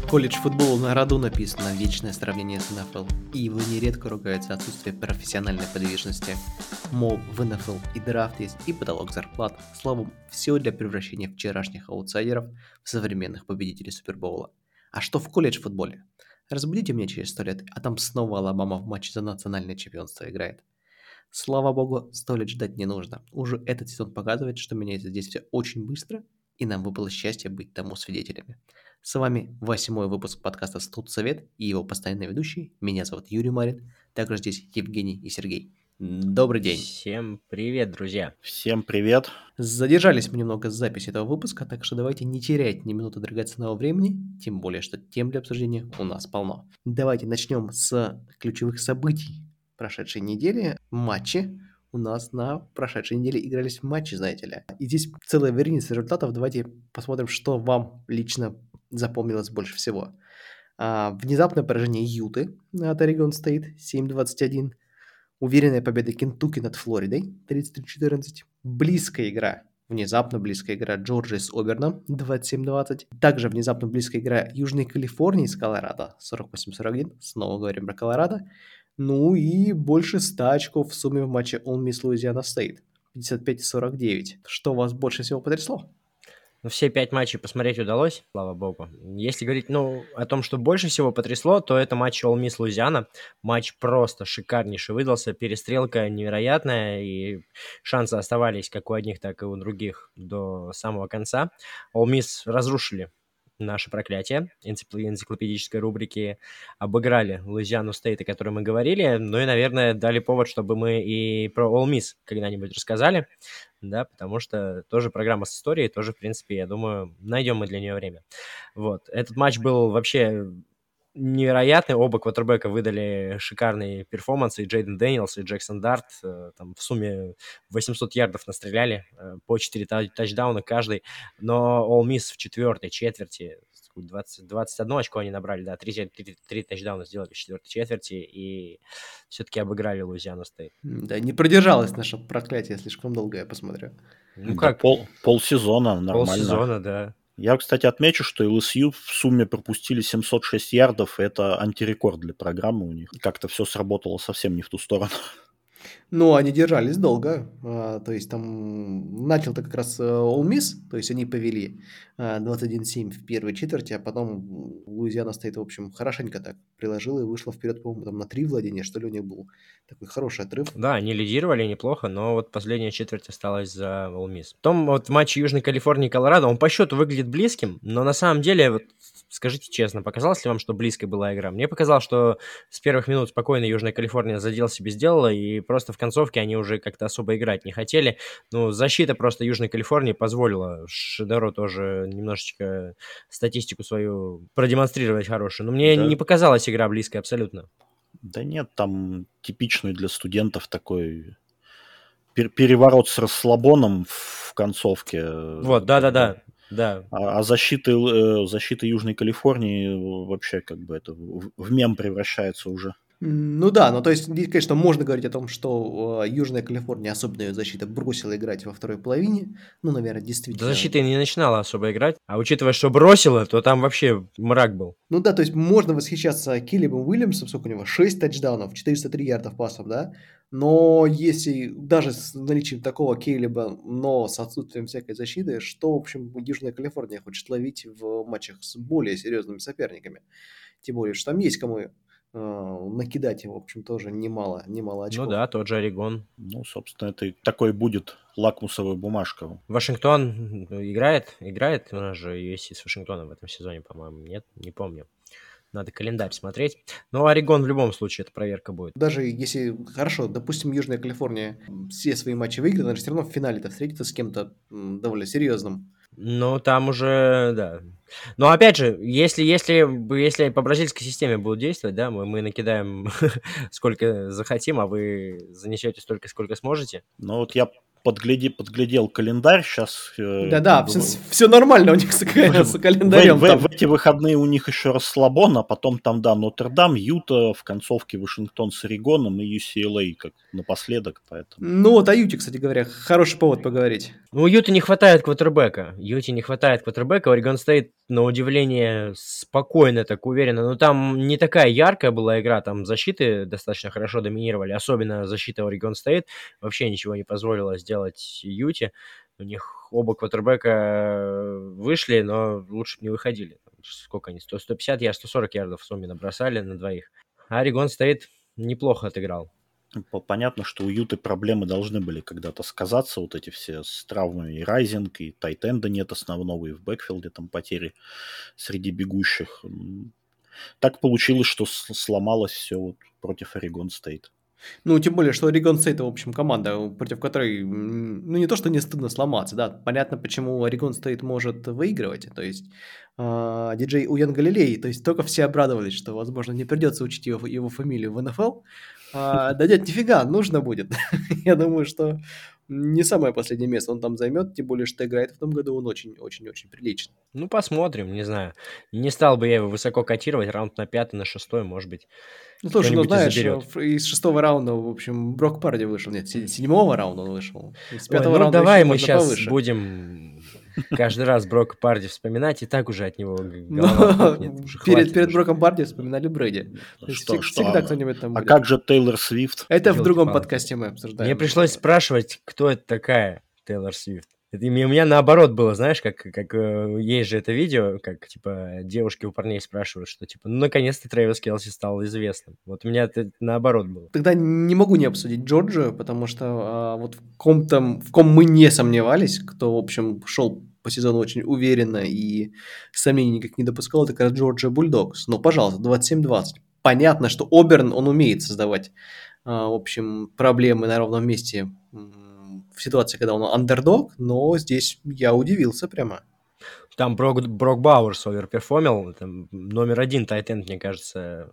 Колледж футбола на роду написано вечное сравнение с НФЛ, и его нередко ругается отсутствие профессиональной подвижности. Мол, в НФЛ и драфт есть, и потолок зарплат. Словом, все для превращения вчерашних аутсайдеров в современных победителей Супербоула. А что в колледж-футболе? Разбудите меня через 100 лет, а там снова Алабама в матче за национальное чемпионство играет. Слава богу, 100 лет ждать не нужно. Уже этот сезон показывает, что меняется здесь все очень быстро, и нам выпало счастье быть тому свидетелями. С вами 8-й выпуск подкаста «Студсовет» и его постоянный ведущий. Меня зовут Юрий Марин. Также здесь Евгений и Сергей. Добрый день. Всем привет, друзья. Всем привет. Задержались мы немного с записью этого выпуска, так что давайте не терять ни минуты драгоценного времени, тем более, что тем для обсуждения у нас полно. Давайте начнем с ключевых событий прошедшей недели. Матчи. У нас на прошедшей неделе игрались матчи, знаете ли. И здесь целая вереница результатов. Давайте посмотрим, что вам лично запомнилось больше всего. Внезапное поражение Юты от Орегон Стейт 7-21. Уверенная победа Кентукки над Флоридой 33-14. Близкая игра. Внезапно близкая игра Джорджии с Оберном 27-20. Также внезапно близкая игра Южной Калифорнии с Колорадо 48-41. Снова говорим про Колорадо. Ну и больше 100 очков в сумме в матче Ole Miss Louisiana State 55-49. Что вас больше всего потрясло? Ну, все 5 матчей посмотреть удалось, слава богу. Если говорить, о том, что больше всего потрясло, то это матч Ole Miss Louisiana. Матч просто шикарнейший выдался, перестрелка невероятная, и шансы оставались как у одних, так и у других до самого конца. Ole Miss разрушили наше проклятие энциклопедической рубрики, обыграли Луизиану Стейт, о которой мы говорили, ну и, наверное, дали повод, чтобы мы и про Ole Miss когда-нибудь рассказали, да, потому что тоже программа с историей, тоже, в принципе, я думаю, найдем мы для нее время. Вот, этот матч был вообще невероятный, оба квотербека выдали шикарные перформансы, и Джейден Дэниелс, и Джексон Дарт, там в сумме 800 ярдов настреляли, по 4 тачдауна каждый, но Ole Miss в четвертой четверти 21 очко они набрали, да, 3 тачдауна сделали в четвертой четверти, и все-таки обыграли Луизиану Стейт. Да, не продержалось наше проклятие слишком долго, я посмотрю. Ну как? Полсезона, нормально. Полсезона, да. Я, кстати, отмечу, что LSU в сумме пропустили 706 ярдов, и это антирекорд для программы у них. Как-то все сработало совсем не в ту сторону. Ну, они держались долго, то есть там начал-то как раз Ole Miss, то есть они повели 21-7 в первой четверти, а потом Луизиана Стейт, в общем, хорошенько так приложила и вышла вперед, по-моему, там на 3 владения, что ли, у них был такой хороший отрыв. Да, они лидировали неплохо, но вот последняя четверть осталась за Ole Miss. Потом вот матч Южной Калифорнии и Колорадо, он по счету выглядит близким, но на самом деле, вот скажите честно, показалось ли вам, что близкой была игра? Мне показалось, что с первых минут спокойно Южная Калифорния задел себе сделала, и просто в концовке они уже как-то особо играть не хотели. Ну, защита просто Южной Калифорнии позволила Шедеру тоже немножечко статистику свою продемонстрировать хорошую. Но мне не показалась игра близкой абсолютно. Да нет, там типичный для студентов такой переворот с расслабоном в концовке. Вот, да. А защита Южной Калифорнии вообще как бы это в мем превращается уже. Ну да, ну то есть здесь, конечно, можно говорить о том, что Южная Калифорния, особенно ее защита, бросила играть во второй половине. Ну, наверное, действительно. Да, защита не начинала особо играть, а учитывая, что бросила, то там вообще мрак был. Ну да, то есть можно восхищаться Киллибом Уильямсом, сколько у него, 6 тачдаунов, 403 ярдов пасом, да? Но если даже с наличием такого Киллиба, но с отсутствием всякой защиты, что, в общем, Южная Калифорния хочет ловить в матчах с более серьезными соперниками? Тем более, что там есть кому накидать его, в общем, тоже немало очков. Ну да, тот же Орегон. Ну, собственно, это такой будет лакмусовая бумажка. Вашингтон играет? У нас же USC с Вашингтоном в этом сезоне, по-моему, нет? Не помню. Надо календарь смотреть. Но Орегон в любом случае, это проверка будет. Даже если, хорошо, допустим, Южная Калифорния все свои матчи выиграет, она же все равно в финале-то встретится с кем-то довольно серьезным. Ну, там уже, да. Но опять же, если по бразильской системе будут действовать, да, мы накидаем сколько захотим, а вы занесете столько, сколько сможете. Ну, вот я подглядел календарь, сейчас Да-да, все нормально у них с календарем в там. эти выходные у них еще расслабон, а потом там, да, Нотр-Дам, Юта, в концовке Вашингтон с Орегоном и UCLA как напоследок, поэтому... Ну вот о Юте, кстати говоря, хороший повод поговорить. Ну, Юте не хватает квотербека. Орегон Стейт, на удивление, спокойно, так уверенно. Но там не такая яркая была игра, там защиты достаточно хорошо доминировали, особенно защита Орегон Стейт. Вообще ничего не позволила сделать Юте. У них оба квотербека вышли, но лучше бы не выходили. Сколько они? 150 ярдов, 140 ярдов в сумме набросали на двоих. А Орегон Стейт неплохо отыграл. Понятно, что у Юты проблемы должны были когда-то сказаться, вот эти все с травмами, и Райзинг, и тайтенда нет основного, и в бэкфилде там потери среди бегущих. Так получилось, что сломалось все вот против Орегон Стейт. Ну, тем более, что Орегон Стейт, в общем, команда, против которой, ну, не то, что не стыдно сломаться, да, понятно, почему Орегон Стейт может выигрывать, то есть диджей Уян Галилей, то есть только все обрадовались, что, возможно, не придется учить его фамилию в НФЛ, да нет, нифига, нужно будет, я думаю, что не самое последнее место он там займет, тем более, что играет в этом году он очень-очень-очень прилично. Ну, посмотрим, не знаю. Не стал бы я его высоко котировать, раунд на 5-й, на 6-й, может быть, Ну, слушай, ну, кто-нибудь и знаешь, заберет. из 6-го раунда, в общем, Брок Парди вышел, нет, 7-го раунда он вышел, из 5-го Ой, ну раунда давай еще мы можно сейчас повыше. будем каждый раз Брока Парди вспоминать, и так уже от него голова Но пухнет. Уже хватит перед уже. Броком Парди вспоминали Брэди. То есть всегда кто-нибудь там А будет. как же Тейлор Свифт? Это в другом Ёлки-палки. подкасте мы обсуждаем. Мне пришлось спрашивать, кто это такая Тейлор Свифт. У меня наоборот было, знаешь, как есть же это видео, как, типа, девушки у парней спрашивают, что, типа, ну, наконец-то Трэвис Келси стал известным. Вот у меня это наоборот было. Тогда не могу не обсудить Джорджию, потому что вот в ком мы не сомневались, кто, в общем, шел по сезону очень уверенно и сомнений никак не допускал, это как раз Джорджия Бульдогс. Но, пожалуйста, 27-20. Понятно, что Оберн, он умеет создавать, в общем, проблемы на ровном месте в ситуации, когда он андердог, но здесь я удивился прямо. Там Брок Бауэрс оверперформил, там номер 1 тайтенд, мне кажется,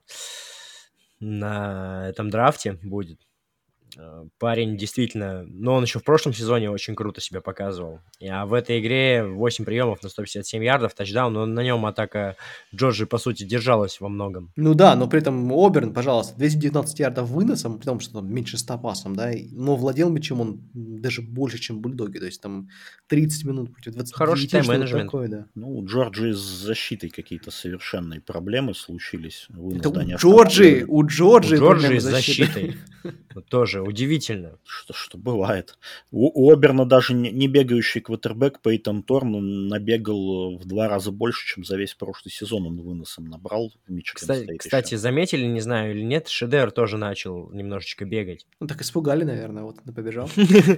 на этом драфте будет. Парень действительно, но он еще в прошлом сезоне очень круто себя показывал. А в этой игре 8 приемов на 157 ярдов, тачдаун, но на нем атака Джорджии, по сути, держалась во многом. Ну да, но при этом Оберн, пожалуйста, 219 ярдов выносом, при том, что там меньше 100 пасом, да, но владел мячом он даже больше, чем бульдоги, то есть там 30 минут против 29, Хороший что-то тайм-менеджмент. такое, да. Ну, у Джорджии с защитой какие-то совершенные проблемы случились. Это у Джорджии проблемы Джорджии с с защитой. Тоже удивительно. Что бывает. У Оберна даже не бегающий квотербек Пейтон Торн набегал в 2 раза больше, чем за весь прошлый сезон он выносом набрал в Мичиган Стейт. Кстати, заметили, не знаю или нет, Шедер тоже начал немножечко бегать. Ну так испугали, наверное, вот он побежал.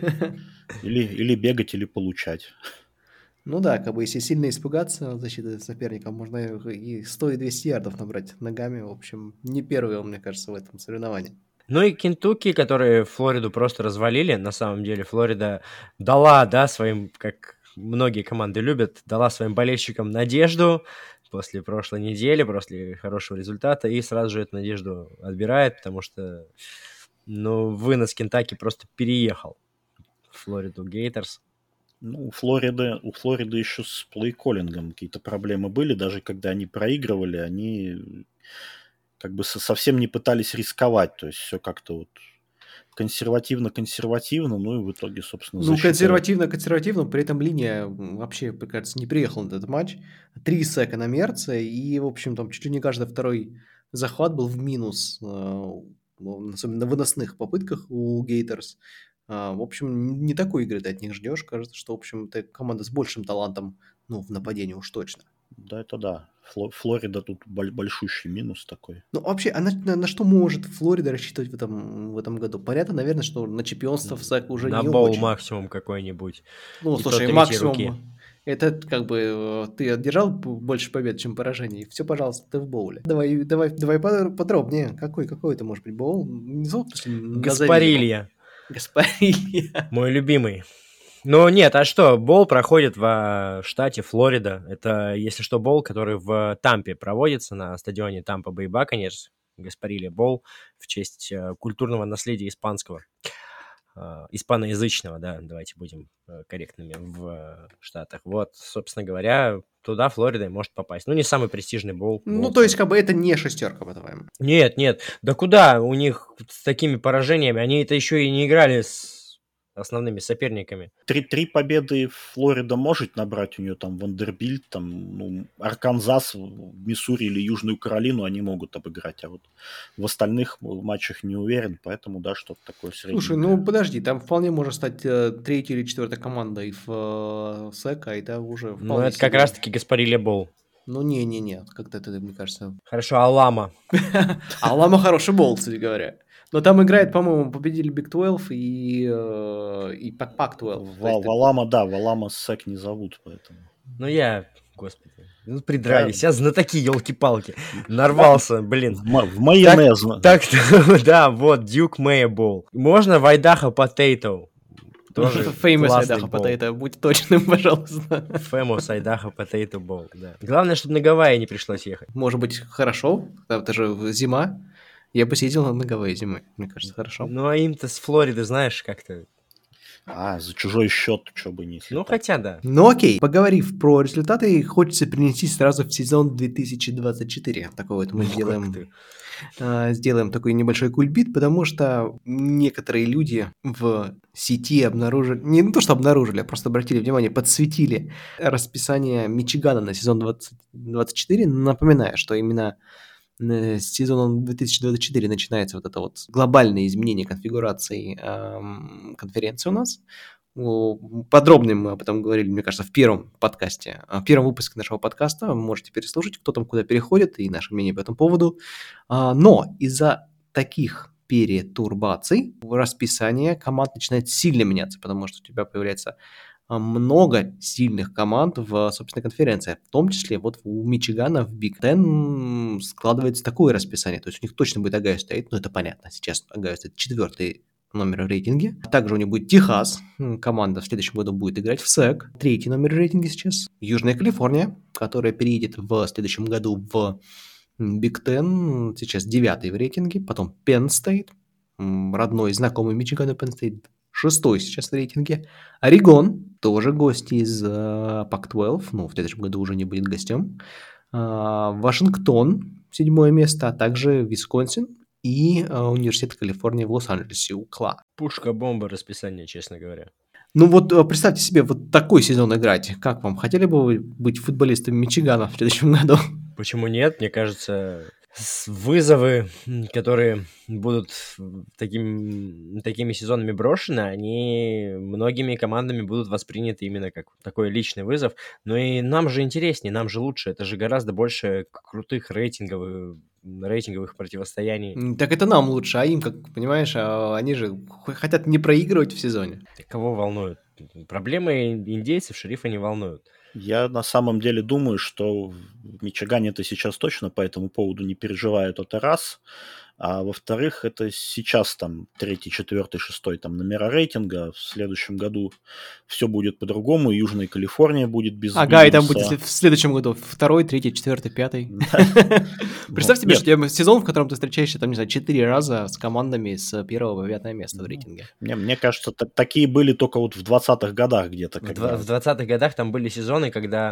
Или бегать, или получать. Ну да, как бы если сильно испугаться защиты соперника, можно и 100, и 200 ярдов набрать ногами, в общем, не первый он, мне кажется, в этом соревновании. Ну и Кентукки, которые Флориду просто развалили, на самом деле Флорида дала, да, своим, как многие команды любят, дала своим болельщикам надежду после прошлой недели, после хорошего результата, и сразу же эту надежду отбирает, потому что, ну, вынос Кентаки просто переехал в Флориду Гейтерс. Ну, у Флориды еще с плей-коллингом какие-то проблемы были, даже когда они проигрывали, они как бы совсем не пытались рисковать, то есть все как-то вот консервативно, ну и в итоге, собственно, Ну, консервативно, при этом линия вообще, мне кажется, не приехала на этот матч. 3 сека на Мерца, и, в общем, там чуть ли не каждый второй захват был в минус, особенно в выносных попытках у Гейтерс. В общем, не такой игры ты от них ждешь. Кажется, что, в общем, это команда с большим талантом, ну, в нападении уж точно. Да, это да. Флорида тут большущий минус такой. Ну, вообще, а на что может Флорида рассчитывать в этом году? Понятно, наверное, что на чемпионство в САК уже на не боул очень. максимум какой-нибудь. Ну, И слушай, то максимум. руки. Это как бы ты одержал больше побед, чем поражений. Все, пожалуйста, ты в боуле. Давай подробнее. Какой это может быть боул? Не зовут, Гаспарилья. Гаспарилья. Мой любимый. Ну нет, а что, боул проходит в штате Флорида. Это, если что, боул, который в Тампе проводится на стадионе Тампа Бэй Баконерс. Гаспарилья боул в честь культурного наследия испанского. испаноязычного, да, давайте будем корректными, в Штатах. Вот, собственно говоря, туда Флорида и может попасть. Ну, не самый престижный боул. Ну, то есть, как бы это не шестерка, по-твоему. Нет, да куда у них с такими поражениями? Они это еще и не играли с основными соперниками. Три победы Флорида может набрать, у нее там Вандербильт, там, Арканзас, Миссури или Южную Каролину они могут обыграть, а вот в остальных матчах не уверен, поэтому, да, что-то такое средненькое. Слушай, ну подожди, там вполне может стать третья или четвертая команда и в СЭК, а это уже вполне Ну, это как себе. раз-таки Гаспарилья Боул. Ну, не, как-то это, мне кажется... Хорошо, Алама. Алама хороший боул, кстати говоря. Но там играет, по-моему, победили Big 12 и Pac-12. Валама СЭК не зовут, поэтому... Господи, придрались, я знатоки, елки-палки. Нарвался, блин. В майонез. Так, да, вот, Дьюк Мэя Боул. Можно Вайдаха Потейто. Famous Idaho Potato, будь точным, пожалуйста. Famous Idaho Potato Bowl, да. Главное, чтобы на Гавайи не пришлось ехать. Может быть, хорошо, это же зима. Я бы съездил на Гавайи зимой, мне кажется, хорошо. Ну, а им-то с Флориды, знаешь, как-то... За чужой счет, что бы не слетать. Ну, хотя да. Ну, окей. Поговорив про результаты, хочется перенести сразу в сезон 2024. Такой вот мы сделаем такой небольшой кульбит, потому что некоторые люди в сети обнаружили, не то что обнаружили, а просто обратили внимание, подсветили расписание Мичигана на сезон 2024, напоминая, что именно с сезоном 2024 начинается вот это вот глобальное изменение конфигурации конференции у нас. Подробно мы об этом говорили, мне кажется, в первом подкасте, в первом выпуске нашего подкаста. Вы можете переслушать, кто там куда переходит, и наше мнение по этому поводу. Но из-за таких перетурбаций расписание команд начинает сильно меняться, потому что у тебя появляется много сильных команд в собственной конференции. В том числе вот у Мичигана в Big Ten складывается такое расписание. То есть у них точно будет Огайо Стейт, это понятно. Сейчас Огайо Стейт 4-й номер в рейтинге. Также у них будет Техас. Команда в следующем году будет играть в СЭК. 3-й номер в рейтинге сейчас. Южная Калифорния, которая переедет в следующем году в Big Ten. Сейчас 9-й в рейтинге. Потом Penn State. Родной, знакомый Мичигану Penn State. 6-й сейчас в рейтинге. Орегон, тоже гость из Pac-12, в следующем году уже не будет гостем. Вашингтон, 7-е место, а также Висконсин и Университет Калифорнии в Лос-Анджелесе, УКЛА. Пушка-бомба расписание, честно говоря. Ну вот представьте себе вот такой сезон играть. Как вам? Хотели бы вы быть футболистами Мичигана в следующем году? Почему нет? Мне кажется, вызовы, которые будут такими сезонами брошены, они многими командами будут восприняты именно как такой личный вызов. Но и нам же интереснее, нам же лучше. Это же гораздо больше крутых рейтинговых противостояний. Так это нам лучше, а им, как понимаешь, они же хотят не проигрывать в сезоне. Кого волнует? Проблемы индейцев шерифа не волнуют. Я на самом деле думаю, что в Мичигане-то сейчас точно по этому поводу не переживают, это раз. А во-вторых, это сейчас там 3-й, 4-й, 6-й там номера рейтинга. В следующем году все будет по-другому. Южная Калифорния будет без Ага, и там будет в следующем году 2-й, 3-й, 4-й, 5-й. Представь себе, что у тебя сезон, в котором ты встречаешься, там, не знаю, 4 раза с командами с 1-го по 5-е место в рейтинге. Мне кажется, такие были только вот в 20-х годах где-то. В 20-х годах там были сезоны, когда...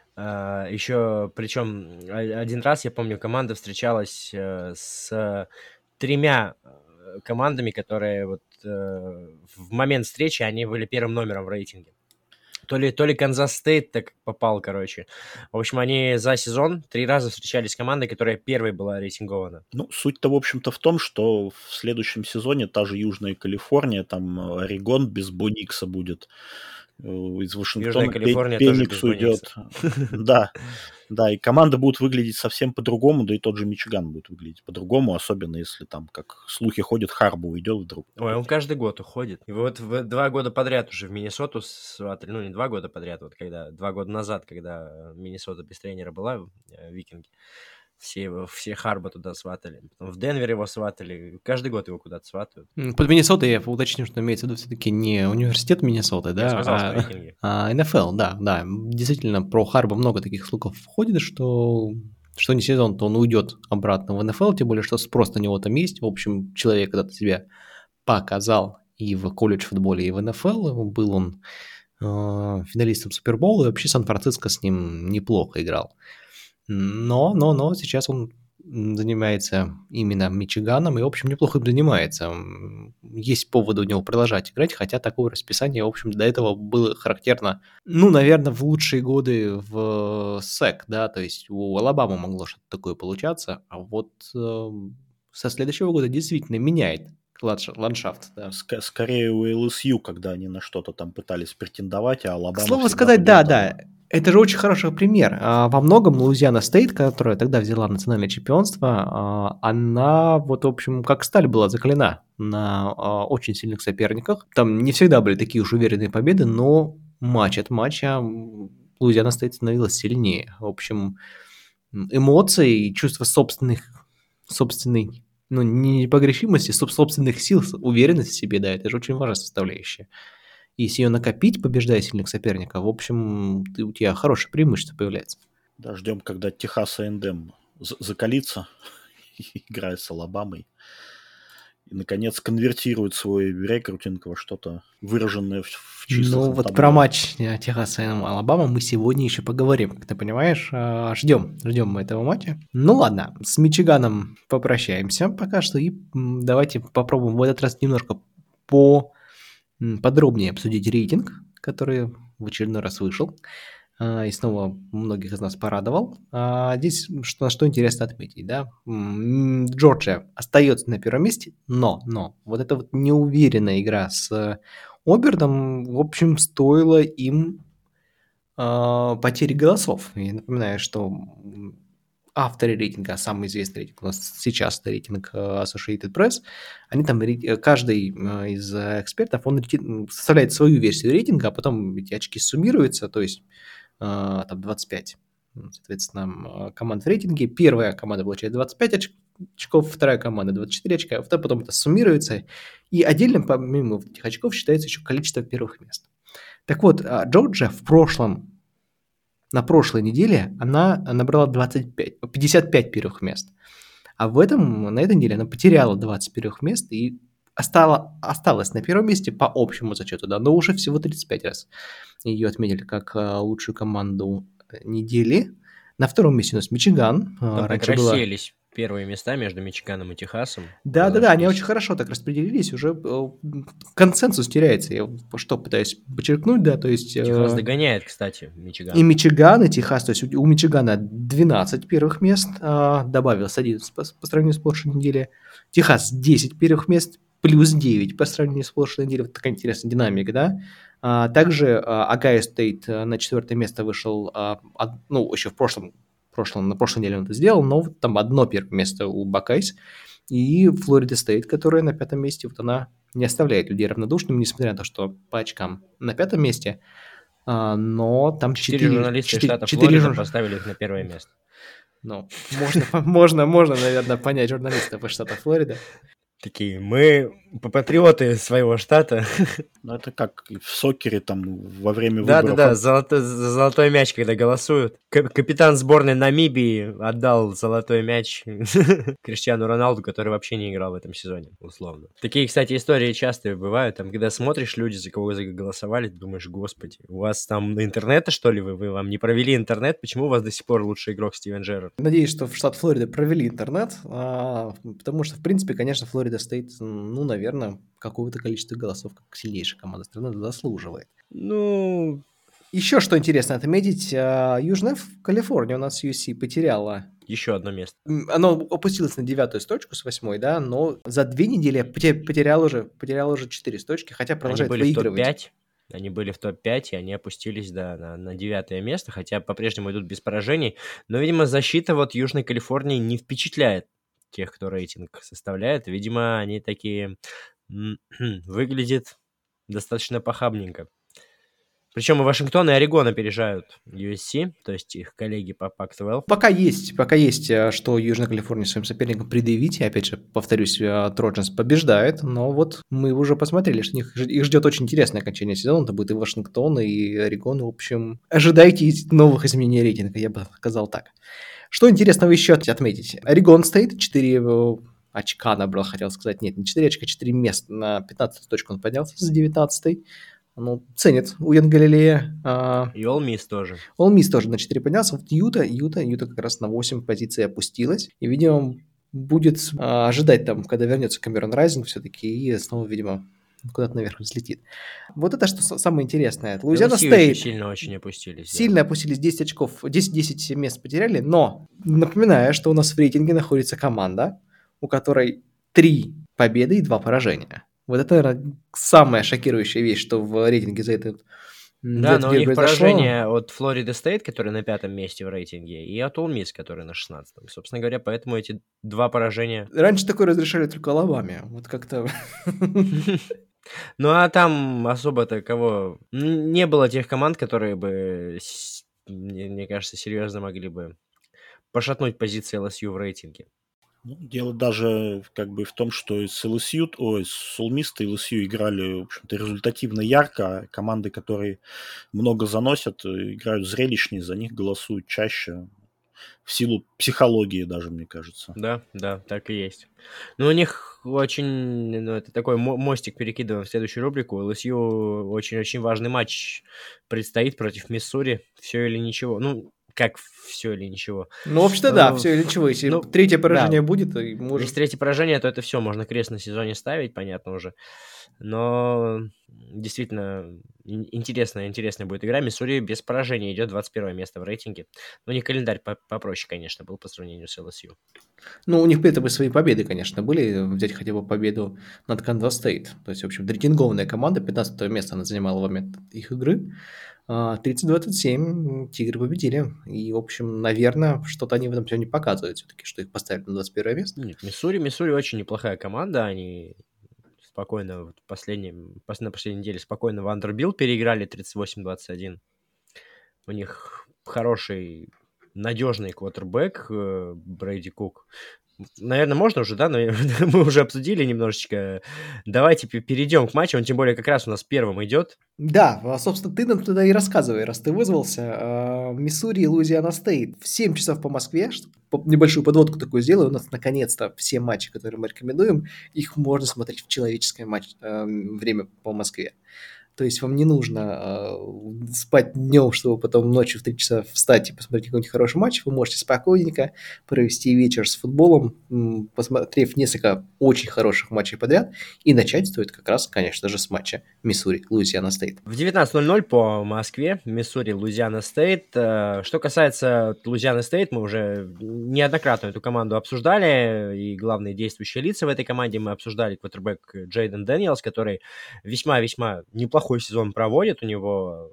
Еще, причем, один раз, я помню, команда встречалась с 3 командами, которые вот в момент встречи, они были первым номером в рейтинге. То ли Канзас Стейт так попал, короче. В общем, они за сезон 3 раза встречались с командой, которая первой была рейтингована. Ну, суть-то, в общем-то, в том, что в следующем сезоне та же Южная Калифорния, там Орегон без Боникса будет. Из Вашингтона Пеникс уйдет. Да, и команда будет выглядеть совсем по-другому, да и тот же Мичиган будет выглядеть по-другому, особенно если там, как слухи ходят, Харбо уйдет вдруг. Ой, он каждый год уходит. И вот 2 года подряд уже в Миннесоту сватали, не 2 года подряд, вот когда 2 года назад, когда Миннесота без тренера была, Викинги, все Харбо туда сватали. Потом в Денвер его сватали. Каждый год его куда-то сватают. Под Миннесотой я уточню, что имеется в виду все-таки не университет Миннесоты, да, а НФЛ, да. Действительно, про Харбо много таких слухов входит, что не сезон, то он уйдет обратно в НФЛ, тем более, что спрос на него там есть. В общем, человек когда-то себя показал и в колледж-футболе, и в НФЛ. Был он финалистом Супербоула, и вообще Сан-Франциско с ним неплохо играл. Но сейчас он занимается именно Мичиганом, и, в общем, неплохо им занимается. Есть поводы у него продолжать играть, хотя такое расписание, в общем, до этого было характерно, наверное, в лучшие годы в СЭК, да, то есть у Алабамы могло что-то такое получаться, а вот со следующего года действительно меняет ландшафт, да. Скорее у ЛСЮ, когда они на что-то там пытались претендовать, а Алабама К слову всегда сказать, побеждала. да. Это же очень хороший пример. Во многом Луизиана Стейт, которая тогда взяла национальное чемпионство, она вот, в общем, как сталь была закалена на очень сильных соперниках. Там не всегда были такие уж уверенные победы, но матч от матча Луизиана Стейт становилась сильнее. В общем, эмоции и чувство собственной, непогрешимости, собственных сил, уверенности в себе, да, это же очень важная составляющая. Если ее накопить, побеждая сильных соперников, в общем, у тебя хорошее преимущество появляется. Да, ждем, когда Техас A&M закалится, играет с Алабамой, и, наконец, конвертирует свой рекрутинг во что-то выраженное в числах. Ну, вот про матч Техаса и Алабама мы сегодня еще поговорим, как ты понимаешь. Ждем мы этого матча. Ну ладно, с Мичиганом попрощаемся пока что, и давайте попробуем в этот раз немножко подробнее обсудить рейтинг, который в очередной раз вышел, и снова многих из нас порадовал. Здесь что интересно отметить, да, Джорджия остается на первом месте, но вот эта вот неуверенная игра с Оберном, в общем, стоила им потери голосов. Я напоминаю, что авторы рейтинга, самый известный рейтинг у нас сейчас, это рейтинг Associated Press, они там, каждый из экспертов, он составляет свою версию рейтинга, а потом эти очки суммируются, то есть там 25, соответственно, команд в рейтинге. Первая команда получает 25 очков, вторая команда 24 очка, потом это суммируется, и отдельно помимо этих очков считается еще количество первых мест. Так вот, Джорджия на прошлой неделе она набрала 55 первых мест, а на этой неделе она потеряла 20 первых мест и осталась на первом месте по общему зачету, да, но уже всего 35 раз. Ее отметили как лучшую команду недели. На втором месте у нас Мичиган. Там так рассеялись первые места между Мичиганом и Техасом. Да, они очень хорошо так распределились, уже консенсус теряется. Я что пытаюсь подчеркнуть, да, то есть... Техас догоняет, кстати, Мичиган. И Мичиган, и Техас, то есть у Мичигана 12 первых мест, добавилось 11 по сравнению с прошлой неделей. Техас 10 первых мест, плюс 9 по сравнению с прошлой неделей. Вот такая интересная динамика, да. Также Огайо Стейт на 4 место вышел, еще на прошлой неделе он это сделал, но вот там одно первое место у Бакайс. И Флорида Стейт, которая на 5 месте, вот она не оставляет людей равнодушными, несмотря на то, что по очкам на 5 месте, но там 4 журналиста из штата Флорида поставили их на первое место. Ну, можно, наверное, понять журналистов из штата Флорида. Такие, мы патриоты своего штата. Ну, это как в сокере там во время выборов. Да, золотой мяч, когда голосуют. Капитан сборной Намибии отдал золотой мяч Криштиану Роналду, который вообще не играл в этом сезоне, условно. Такие, кстати, истории часто бывают. Там, когда смотришь, люди, за кого голосовали, ты думаешь, господи, у вас там интернета, что ли, вы вам не провели интернет? Почему у вас до сих пор лучший игрок Стивен Джерард? Надеюсь, что в штат Флорида провели интернет, потому что, в принципе, конечно, Флорида Стейт, наверное, какое-то количество голосов, как сильнейшая команда страны, заслуживает. Еще что интересно отметить, Южная Калифорния у нас USC потеряла еще одно место. Оно опустилось на 9-ю строчку с 8-й, да, но за 2 недели потерял уже 4 строчки, хотя продолжает выигрывать. Они были в топ-5, и они опустились, да, на 9-е место, хотя по-прежнему идут без поражений. Но, видимо, защита вот Южной Калифорнии не впечатляет тех, кто рейтинг составляет. Видимо, они такие выглядят достаточно похабненько. Причем и Вашингтон, и Орегон опережают USC, то есть их коллеги по Pac-12. Пока есть, что Южная Калифорния своим соперникам предъявить. И опять же, повторюсь, Троджанс побеждает, но вот мы уже посмотрели, что их ждет очень интересное окончание сезона. Это будет и Вашингтон, и Орегон. В общем, ожидайте новых изменений рейтинга, я бы сказал так. Что интересного еще отметить? Орегон стоит 4 очка набрал, хотел сказать. Нет, не 4 очка, 4 места. На 15 точку он поднялся с 19. Ну, ценит Уен Галилея. И All Miss тоже. Ол Мисс тоже на 4 поднялся. Вот Юта как раз на 8 позиций опустилась. И, видимо, будет ожидать там, когда вернется Камерон Райзинг все-таки, и снова, видимо, куда-то наверх взлетит. Вот это что самое интересное. Луизиана LSU Стейт еще сильно очень опустились. да. сильно опустились, 10 очков, 10 мест потеряли, но напоминаю, что у нас в рейтинге находится команда, у которой 3 победы и 2 поражения. Вот это, наверное, самая шокирующая вещь, что в рейтинге за этот Да, но у них произошло. поражение от Флорида Стейт, который на 5 месте в рейтинге, и от Ole Miss, который на 16-м. Собственно говоря, поэтому эти 2 поражения... Раньше такое разрешали только Алабаме. Вот как-то... Ну, а там особо-то кого... Не было тех команд, которые бы, мне кажется, серьезно могли бы пошатнуть позиции LSU в рейтинге. Ну, дело даже как бы в том, что с LSU, с Ole Miss и LSU играли, в общем-то, результативно ярко, а команды, которые много заносят, играют зрелищнее, за них голосуют чаще, в силу психологии даже, мне кажется. Да, так и есть. Ну, у них очень, ну, это такой мостик перекидываем в следующую рубрику. У LSU очень-очень важный матч предстоит против Миссури. Все или ничего. Ну, как все или ничего. Ну, вообще-то да, все или ничего. Если ну, третье поражение да. будет, то Если может... третье поражение, то это все, можно крест на сезоне ставить, понятно уже. Но действительно интересная будет игра. Миссури без поражения идет 21 место в рейтинге. Но у них календарь попроще, конечно, был по сравнению с LSU. Ну, у них при этом и свои победы, конечно, были. Взять хотя бы победу над Канзас Стейт. То есть, в общем, рейтингованная команда, 15 место она занимала в момент их игры. 30-27 Тигры победили. И, в общем, наверное, что-то они в этом сезоне показывают все-таки, что их поставили на 21 место. Нет, Миссури очень неплохая команда. Они спокойно на последней неделе спокойно Вандербилт переиграли 38-21. У них хороший, надежный квотербек Брейди Кук. Наверное, можно уже, да? Но мы уже обсудили немножечко. Давайте перейдем к матчу. Он тем более как раз у нас первым идет. Да, собственно, ты нам туда и рассказывай, раз ты вызвался. Миссури и Луизиана Стейт в 7 часов по Москве. Небольшую подводку такую сделаю. У нас наконец-то все матчи, которые мы рекомендуем, их можно смотреть в человеческое время по Москве. То есть вам не нужно спать днем, чтобы потом ночью в 3 часа встать и посмотреть какой-нибудь хороший матч. Вы можете спокойненько провести вечер с футболом, посмотрев несколько очень хороших матчей подряд. И начать стоит как раз, конечно же, с матча Миссури-Луизиана Стейт. В 19:00 по Москве, Миссури-Луизиана Стейт. Что касается Луизианы Стейт, мы уже неоднократно эту команду обсуждали, и главные действующие лица в этой команде мы обсуждали. Квотербек Джейден Дэниелс, который весьма-весьма неплохой сезон проводит. У него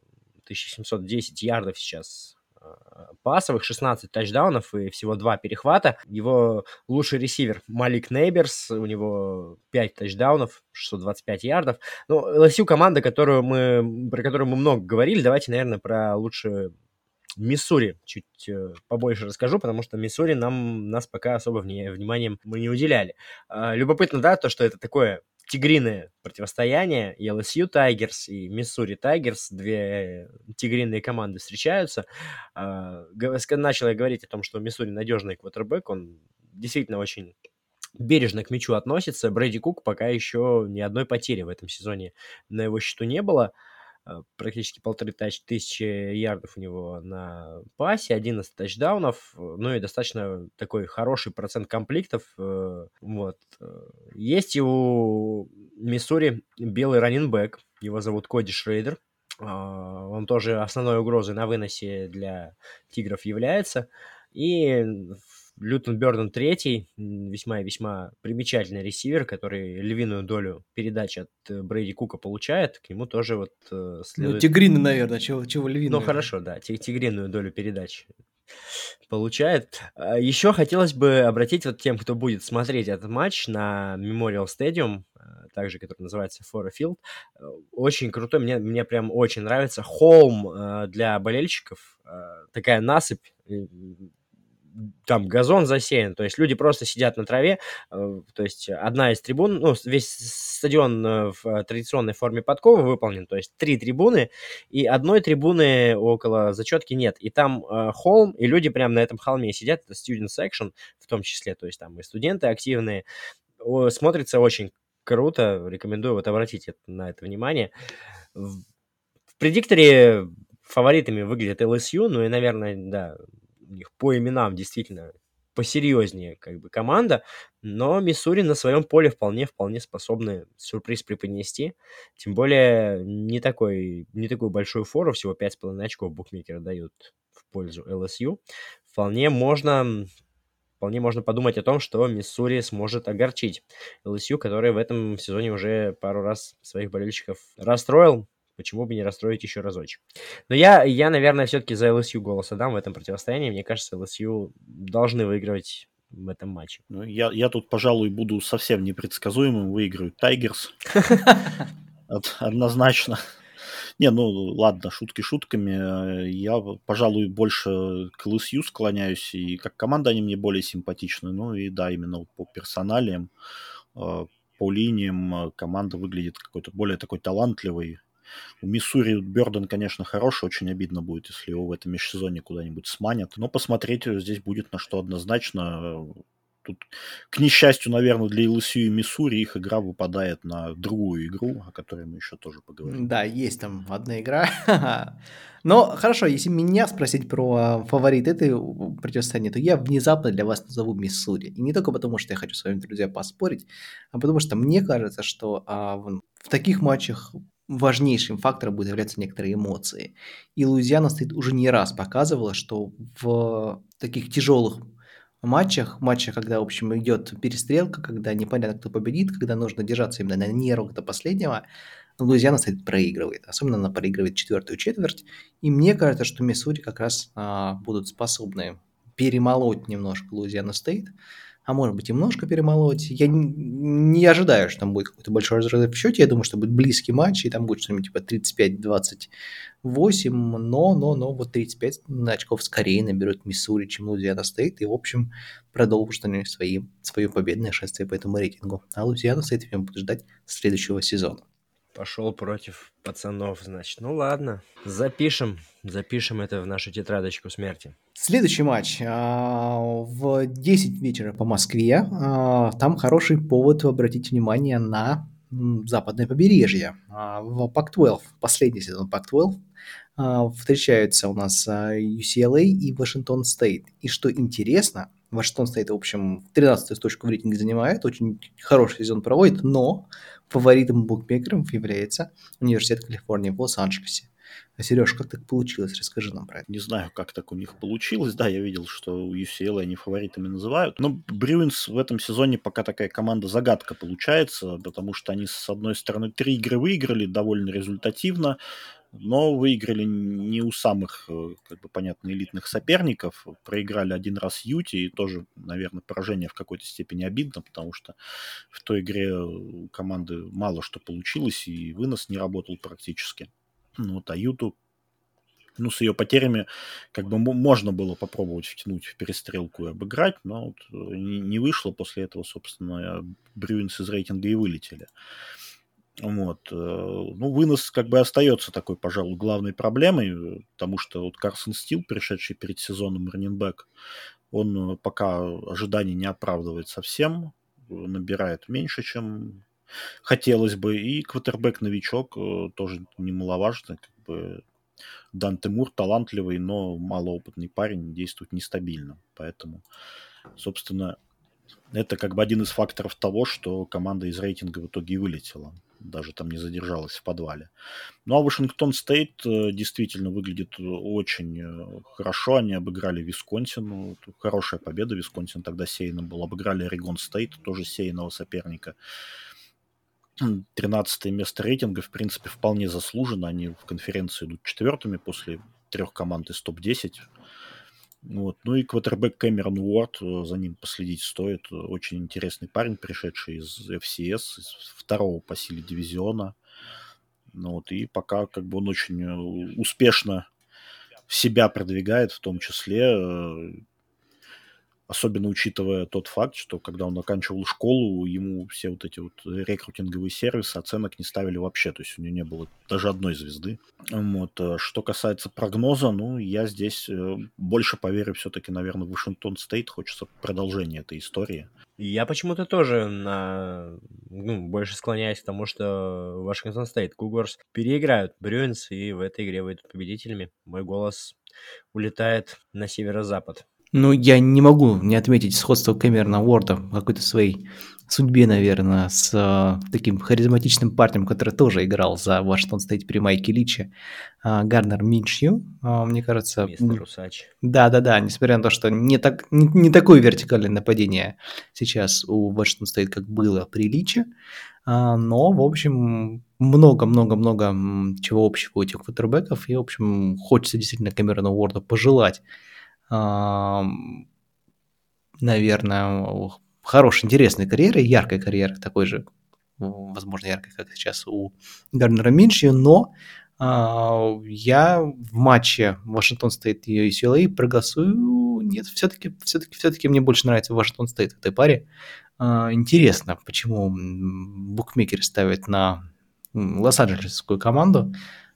1710 ярдов сейчас пасовых, 16 тачдаунов и всего 2 перехвата. Его лучший ресивер Малик Нейберс, у него 5 тачдаунов, 625 ярдов. Ну, LSU команда, про которую мы много говорили. Давайте, наверное, про лучше Миссури чуть побольше расскажу, потому что Миссури нас пока особо вниманием мы не уделяли. Любопытно, да, то, что это такое тигриное противостояние. И LSU Tigers, и Missouri Tigers, две тигриные команды встречаются. Начал я говорить о том, что Миссури надежный квотербек, он действительно очень бережно к мячу относится. Брейди Кук пока еще ни одной потери в этом сезоне на его счету не было. Практически 1500 ярдов у него на пасе, 11 тачдаунов, ну и достаточно такой хороший процент комплектов. Вот. Есть и у Миссури белый раннинбэк, его зовут Коди Шрейдер. Он тоже основной угрозой на выносе для Тигров является. И Лютон Бёрден третий, весьма и весьма примечательный ресивер, который львиную долю передач от Брейди Кука получает. К нему тоже вот следует... Ну, тигрины, наверное, чего львиную. Ну, хорошо, да, тигриную долю передач получает. Еще хотелось бы обратить вот тем, кто будет смотреть этот матч на Memorial Stadium, также, который называется Ford Field. Очень крутой, мне прям очень нравится. Холм для болельщиков, такая насыпь, там газон засеян, то есть люди просто сидят на траве, то есть одна из трибун, ну, весь стадион в традиционной форме подковы выполнен, то есть 3 трибуны, и одной трибуны около зачетки нет, и там холм, и люди прямо на этом холме сидят, это student section в том числе, то есть там и студенты активные, смотрится очень круто, рекомендую вот обратить на это внимание. В предикторе фаворитами выглядят LSU, ну и, наверное, да, у них по именам действительно посерьезнее как бы команда, но Миссури на своем поле вполне способны сюрприз преподнести, тем более не такую большую фору, всего 5,5 очков букмекеры дают в пользу LSU. Вполне можно подумать о том, что Миссури сможет огорчить LSU, который в этом сезоне уже пару раз своих болельщиков расстроил. Почему бы не расстроить еще разочек? Но я наверное, все-таки за LSU голос отдам в этом противостоянии. Мне кажется, LSU должны выигрывать в этом матче. Ну, я тут, пожалуй, буду совсем непредсказуемым. Выиграют Тайгерс. Однозначно. Не, ну ладно, шутки шутками. Я, пожалуй, больше к ЛСЮ склоняюсь, и как команда они мне более симпатичны. Ну и да, именно вот по персоналиям, по линиям команда выглядит какой-то более такой талантливой. У Миссури Бёрден, конечно, хороший, очень обидно будет, если его в этом межсезонье куда-нибудь сманят. Но посмотреть здесь будет на что однозначно. Тут, к несчастью, наверное, для ЛСЮ и Миссури их игра выпадает на другую игру, о которой мы еще тоже поговорим. Да, есть там одна игра. Но хорошо, если меня спросить про фаворит этой противостояния, то я внезапно для вас назову Миссури. И не только потому, что я хочу с вами, друзья, поспорить, а потому что мне кажется, что в таких матчах важнейшим фактором будет являться некоторые эмоции. И Луизиана Стейт уже не раз показывала, что в таких тяжелых матчах, когда, в общем, идет перестрелка, когда непонятно, кто победит, когда нужно держаться именно на нервах до последнего, Луизиана Стейт проигрывает. Особенно она проигрывает четвертую четверть. И мне кажется, что Миссури как раз будут способны перемолоть немножко Луизиана Стейт. А может быть, немножко перемолоть. Я не ожидаю, что там будет какой-то большой разрыв в счете. Я думаю, что будет близкий матч, и там будет что-нибудь типа 35-28. Но вот 35 очков скорее наберут Миссури, чем Луизиана Стейт. И, в общем, продолжат они свое победное шествие по этому рейтингу. А Луизиана Стейт я буду ждать следующего сезона. Пошел против пацанов, значит. Ну ладно, запишем это в нашу тетрадочку смерти. Следующий матч в 10 вечера по Москве. Там хороший повод обратить внимание на западное побережье. В Pac-12, последний сезон Pac-12, встречаются у нас UCLA и Вашингтон Стейт. И что интересно, Вашингтон Стейт, в общем, 13-ю строчку в рейтинге занимает, очень хороший сезон проводит, но фаворитом букмекеров является Университет Калифорнии в Лос-Анджелесе. Сереж, как так получилось? Расскажи нам про это. Не знаю, как так у них получилось. Да, я видел, что у UCLA они фаворитами называют. Но Брюинс в этом сезоне пока такая команда-загадка получается, потому что они, с одной стороны, 3 игры выиграли довольно результативно, но выиграли не у самых, как бы понятно, элитных соперников. Проиграли один раз Юте, и тоже, наверное, поражение в какой-то степени обидно, потому что в той игре у команды мало что получилось, и вынос не работал практически. Ну, вот, а Юту, ну, с ее потерями, как бы можно было попробовать втянуть в перестрелку и обыграть, но вот не вышло. После этого, собственно, Брюинс из рейтинга и вылетели. Вот. Ну, вынос как бы остается такой, пожалуй, главной проблемой, потому что вот Карсон Стил, пришедший перед сезоном раннинбэк, он пока ожиданий не оправдывает совсем, набирает меньше, чем хотелось бы, и квотербэк-новичок тоже немаловажно, как бы Данте Мур талантливый, но малоопытный парень, действует нестабильно, поэтому, собственно, это как бы один из факторов того, что команда из рейтинга в итоге и вылетела. Даже там не задержалась в подвале. Ну а Вашингтон Стейт действительно выглядит очень хорошо. Они обыграли Висконсин. Ну, хорошая победа. Висконсин тогда сеянным был. Обыграли Орегон Стейт, тоже сеянного соперника. 13 место рейтинга, в принципе, вполне заслуженно. Они в конференции идут 4-ми после 3 команд из топ-10. Вот. Ну и квотербэк Кэмерон Уорд, за ним последить стоит. Очень интересный парень, пришедший из FCS, из 2-го по силе дивизиона. Ну вот, и пока как бы он очень успешно себя продвигает, в том числе. Особенно учитывая тот факт, что когда он оканчивал школу, ему все вот эти вот рекрутинговые сервисы оценок не ставили вообще, то есть у него не было даже одной звезды. Вот. Что касается прогноза, ну, я здесь больше поверю все-таки, наверное, в Вашингтон Стейт. Хочется продолжения этой истории. Я почему-то тоже больше склоняюсь к тому, что Вашингтон Стейт Кугорс переиграют Брюинс и в этой игре выйдут победителями. Мой голос улетает на северо-запад. Ну, я не могу не отметить сходство Кэмерона Уорда в какой-то своей судьбе, наверное, с таким харизматичным парнем, который тоже играл за Вашингтон Стейт при Майке Личе, Гарнер Миншью, мне кажется. Мистер Усач. Да, несмотря на то, что не такое вертикальное нападение сейчас у Вашингтон Стейт, как было при Личе, но, в общем, много-много-много чего общего у этих квотербеков, и, в общем, хочется действительно Кэмерону Уорду пожелать, наверное, хорошей, интересной карьеры, яркой карьеры, такой же, возможно, яркой, как сейчас у Гарнера Миншью, но я в матче Вашингтон Стейт и UCLA проголосую. Нет, все-таки мне больше нравится Вашингтон Стейт в этой паре. Интересно, почему букмекеры ставят на Лос-Анджелесскую команду.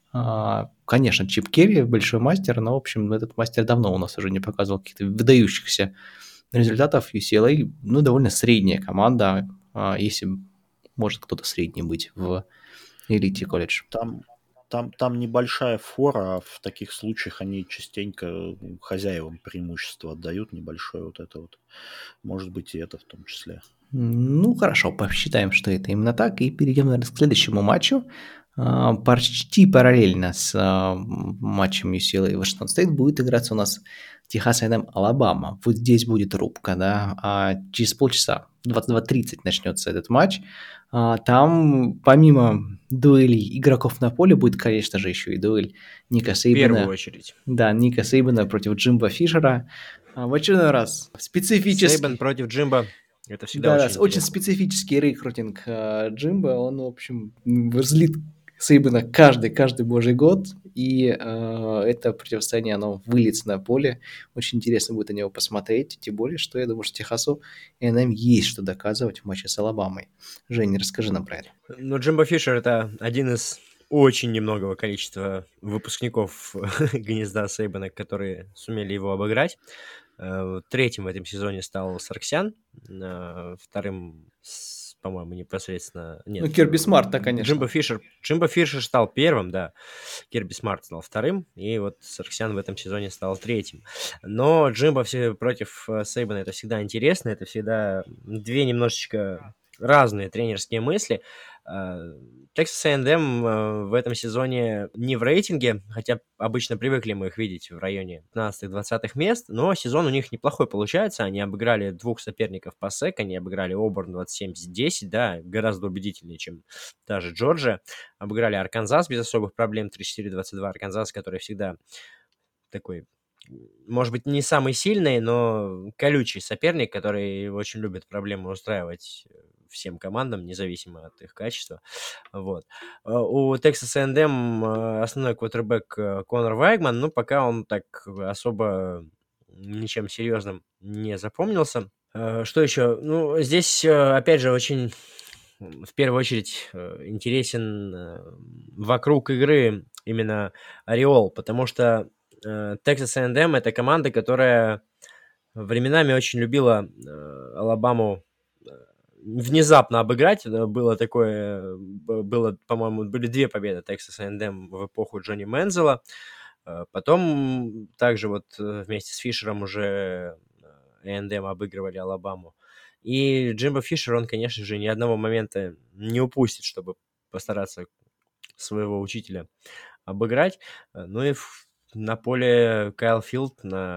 Конечно, Чип Керри большой мастер, но, в общем, этот мастер давно у нас уже не показывал каких-то выдающихся результатов. UCLA, ну, довольно средняя команда, если может кто-то средний быть в элите колледж. Там небольшая фора, а в таких случаях они частенько хозяевам преимущество отдают, небольшое вот это вот. Может быть, и это в том числе. Ну, хорошо, посчитаем, что это именно так, и перейдем, наверное, к следующему матчу. Почти параллельно с матчем UCLA и Вашингтон Стейт будет играться у нас Техас A&M Алабама. Вот здесь будет рубка, да, через полчаса, 22:30 начнется этот матч. Там помимо дуэлей игроков на поле будет, конечно же, еще и дуэль Ника Сейбана. В первую очередь. Да, Ника Сейбана против Джимба Фишера. В очередной раз специфический. Сейбан против Джимба. Это всегда Да, очень очень интересно. специфический рекрутинг Джимба. Он, в общем, злит Сейбана каждый божий год, и это противостояние, оно выльется на поле. Очень интересно будет на него посмотреть, тем более, что я думаю, что Техасу A&M есть что доказывать в матче с Алабамой. Жень, расскажи нам про это. Ну, Джимбо Фишер — это один из очень немногого количества выпускников гнезда Сейбана, которые сумели его обыграть. Третьим в этом сезоне стал Сарксян, вторым, по-моему, непосредственно... Нет, Ну, Кирби Смарт, конечно. Джимбо Фишер стал первым, да. Кирби Смарт стал вторым, и вот Сарксян в этом сезоне стал третьим. Но Джимбо против Сейбана — это всегда интересно, это всегда две немножечко разные тренерские мысли. Texas A&M в этом сезоне не в рейтинге, хотя обычно привыкли мы их видеть в районе 15-20 мест, но сезон у них неплохой получается. Они обыграли двух соперников по СЭК, они обыграли Оберн 27-10, да, гораздо убедительнее, чем та же Джорджия. Обыграли Арканзас без особых проблем 34-22. Арканзас, который всегда такой, может быть, не самый сильный, но колючий соперник, который очень любит проблемы устраивать всем командам, независимо от их качества. Вот. У Texas A&M основной квотербек Конор Вайгман, ну, пока он так особо ничем серьезным не запомнился. Что еще? Ну, здесь, опять же, очень в первую очередь интересен вокруг игры именно ореол, потому что Texas A&M — это команда, которая временами очень любила Алабаму внезапно обыграть. Было такое, по-моему, были две победы Texas A&M в эпоху Джонни Мензела. Потом также вот вместе с Фишером уже A&M обыгрывали Алабаму. И Джимбо Фишер, он, конечно же, ни одного момента не упустит, чтобы постараться своего учителя обыграть. Ну и на поле Кайл Филд.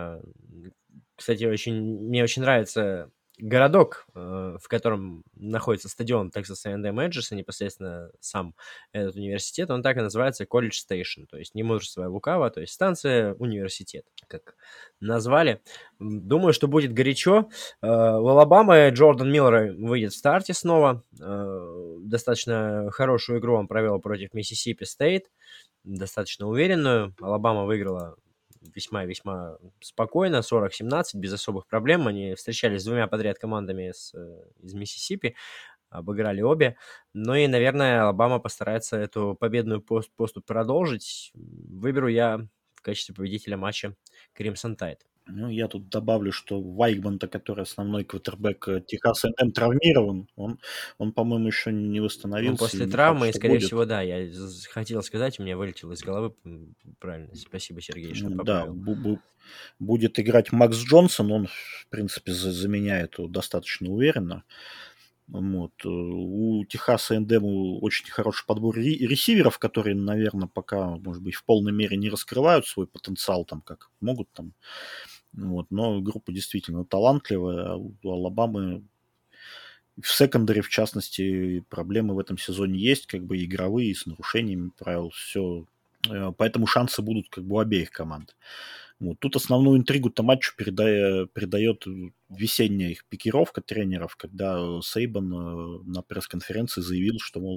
Кстати, мне очень нравится городок, в котором находится стадион Texas A&M Edges, и непосредственно сам этот университет. Он так и называется College Station, то есть не мудрство, а лукаво, то есть станция университет, как назвали. Думаю, что будет горячо. У Алабамы Джордан Миллер выйдет в старте снова. Достаточно хорошую игру он провел против Миссисипи Стейт, достаточно уверенную. Алабама выиграла весьма-весьма спокойно, 40-17, без особых проблем. Они встречались с двумя подряд командами из Миссисипи, обыграли обе. Ну и, наверное, Алабама постарается эту победную поступь продолжить. Выберу я в качестве победителя матча Crimson Tide. Ну, я тут добавлю, что Вайгман-то, который основной квотербек Техас A&M, травмирован. Он, по-моему, еще не Он восстановился. после и не факт, травмы, и, что скорее будет. всего, да, я хотел сказать, у меня вылетело из головы. Правильно, спасибо, Сергей, что Да, поправил. будет играть Макс Джонсон, он, в принципе, заменяет его достаточно уверенно. Вот. У Техаса A&M очень хороший подбор ресиверов, которые, наверное, пока, может быть, в полной мере не раскрывают свой потенциал, там, как могут там. Вот. Но группа действительно талантливая. А у Алабамы в секондаре, в частности, проблемы в этом сезоне есть, как бы игровые, с нарушениями правил, все. Поэтому шансы будут как бы у обеих команд. Вот. Тут основную интригу-то матчу передает весенняя их пикировка тренеров, когда Сейбан на пресс-конференции заявил, что, мол,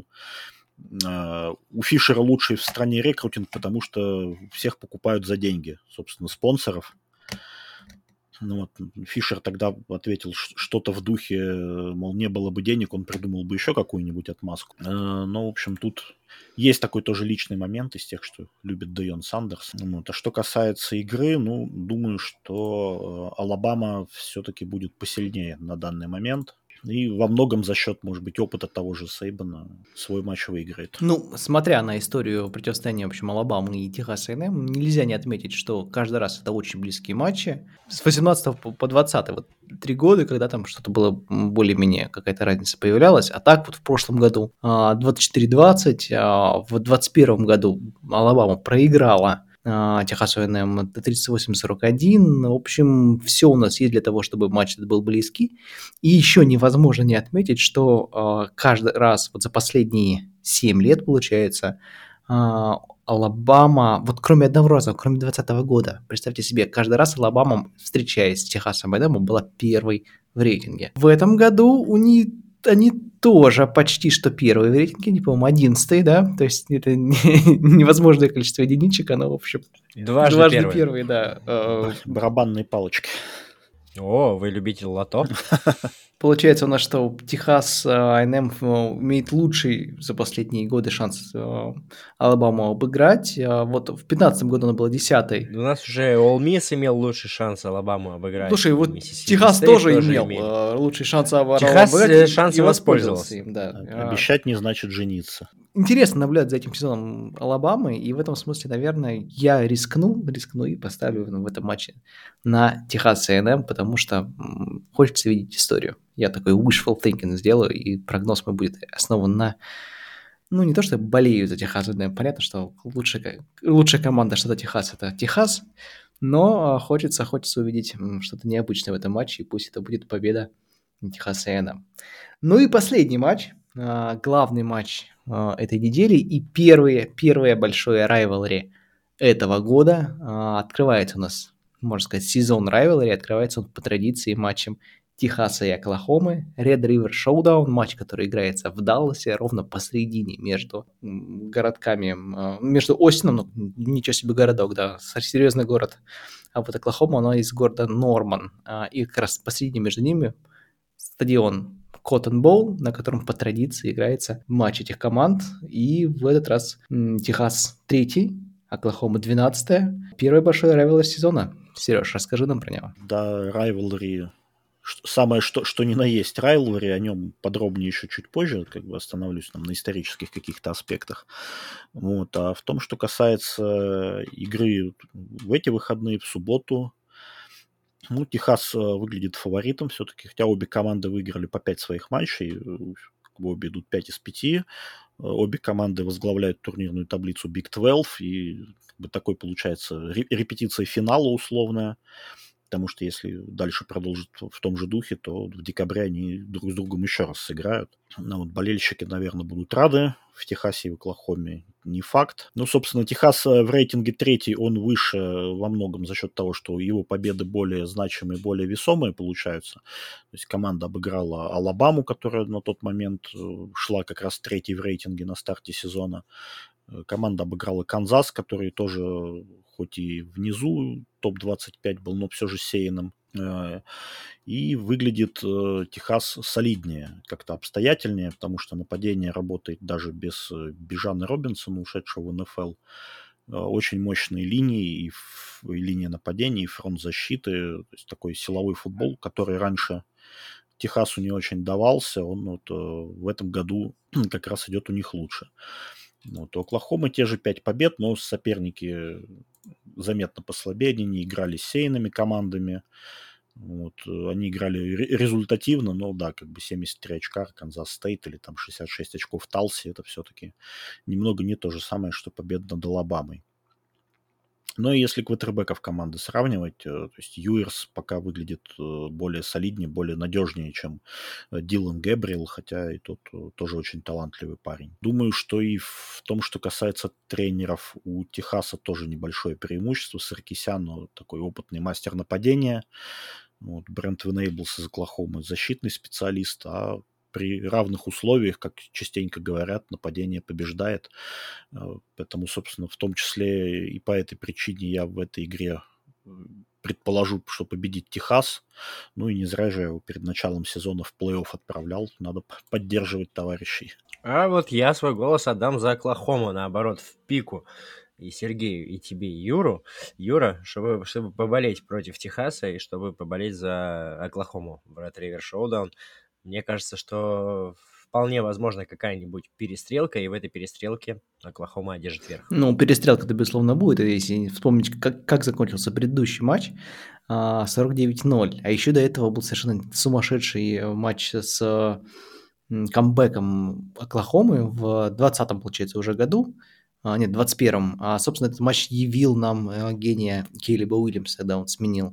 у Фишера лучший в стране рекрутинг, потому что всех покупают за деньги, собственно, спонсоров. Ну вот, Фишер тогда ответил что-то в духе, мол, не было бы денег, он придумал бы еще какую-нибудь отмазку. Но, в общем, тут есть такой тоже личный момент из тех, что любит Дейон Сандерс. Вот. А что касается игры, ну, думаю, что Алабама все-таки будет посильнее на данный момент. И во многом за счет, может быть, опыта того же Сейбана свой матч выиграет. Ну, смотря на историю противостояния, в общем, Алабамы и Техаса A&M, нельзя не отметить, что каждый раз это очень близкие матчи. С 18 по 20, вот 3 года, когда там что-то было более-менее, какая-то разница появлялась. А так вот в прошлом году 24-20, в 21 году Алабама проиграла Техасу A&M 38-41. В общем, все у нас есть для того, чтобы матч этот был близкий. И еще невозможно не отметить, что каждый раз вот за последние 7 лет, получается, Алабама, вот кроме одного раза, кроме 2020 года, представьте себе, каждый раз Алабама, встречаясь с Техасом A&M, была первой в рейтинге. В этом году они тоже почти что первые в рейтинге, не по-моему, 11-й, да, то есть это невозможное количество единичек, оно, в общем, дважды первый, да. Барабанные палочки. О, вы любитель лото? Получается у нас, что Техас A&M имеет лучший за последние годы шанс Алабаму обыграть. Вот в 2015 году она была 10-й. У нас уже Ole Miss имел лучший шанс Алабаму обыграть. Слушай, вот Техас тоже имел лучший шанс Алабаму обыграть. Техас и воспользовался им, да. Обещать не значит жениться. Интересно наблюдать за этим сезоном Алабамы, и в этом смысле, наверное, я рискну и поставлю в этом матче на Техас A&M, потому что хочется видеть историю. Я такой wishful thinking сделаю, и прогноз мой будет основан на... Ну, не то, что я болею за Техас A&M, понятно, что лучшая команда штата Техас – это Техас, но хочется увидеть что-то необычное в этом матче, и пусть это будет победа Техас A&M. Ну и последний матч, главный матч этой недели и первое большое rivalry этого года. Открывается у нас, можно сказать, сезон rivalry, открывается он по традиции матчем Техаса и Оклахомы, Red River Showdown, матч, который играется в Далласе, ровно посередине между городками, между Остином, ну, ничего себе городок, да, серьезный город, а вот Оклахома, она из города Норман, и как раз посередине между ними стадион Cotton Bowl, на котором по традиции играется матч этих команд. И в этот раз Техас 3-й, Оклахома 12-я. Первое большое rivalry сезона. Сереж, расскажи нам про него. Да, rivalry. Самое, что ни на есть rivalry, о нем подробнее еще чуть позже, как бы остановлюсь там на исторических каких-то аспектах. Вот. А в том, что касается игры в эти выходные, в субботу, ну, Техас выглядит фаворитом все-таки, хотя обе команды выиграли по 5 своих матчей, обе идут 5 из 5. Обе команды возглавляют турнирную таблицу Big 12, и как бы такой получается репетиция финала условная, потому что если дальше продолжат в том же духе, то в декабре они друг с другом еще раз сыграют. Ну, вот болельщики, наверное, будут рады. В Техасе и в Оклахоме не факт. Ну, собственно, Техас в рейтинге 3-й, он выше во многом за счет того, что его победы более значимые, более весомые получаются. То есть команда обыграла Алабаму, которая на тот момент шла как раз 3-й в рейтинге на старте сезона. Команда обыграла Канзас, который тоже хоть и внизу топ-25 был, но все же сеянным. И выглядит Техас солиднее, как-то обстоятельнее, потому что нападение работает даже без Бижана Робинсона, ушедшего в НФЛ. Очень мощные линии, и линия нападения, и фронт защиты. То есть такой силовой футбол, который раньше Техасу не очень давался, он вот в этом году как раз идет у них лучше. Вот, у Оклахомы те же 5 побед, но соперники заметно послабее, они не играли с сеянными командами. Вот, они играли результативно, но да, как бы 73 очка Канзас Стейт или там 66 очков Талси, это все-таки немного не то же самое, что победа над Алабамой. Но если квотербеков команды сравнивать, то есть Юерс пока выглядит более солиднее, более надежнее, чем Дилан Гэбриэл, хотя и тот тоже очень талантливый парень. Думаю, что и в том, что касается тренеров, у Техаса тоже небольшое преимущество. Саркисян такой опытный мастер нападения. Вот, Брент Венейблс из Оклахомы защитный специалист, а при равных условиях, как частенько говорят, нападение побеждает. Поэтому, собственно, в том числе и по этой причине я в этой игре предположу, что победит Техас. Ну и не зря же я его перед началом сезона в плей-офф отправлял. Надо поддерживать товарищей. А вот я свой голос отдам за Оклахому, наоборот, в пику. И Сергею, и тебе, и Юру. Юра, чтобы поболеть против Техаса и чтобы поболеть за Оклахому в Red River Showdown. Мне кажется, что вполне возможно какая-нибудь перестрелка, и в этой перестрелке Оклахома одержит верх. Ну, перестрелка-то, безусловно, будет, если вспомнить, как закончился предыдущий матч, 49-0. А еще до этого был совершенно сумасшедший матч с камбэком Оклахомы в 20-м, получается, уже году. Нет, 21-м. Собственно, этот матч явил нам гения Кейлиба Уильямса, когда он сменил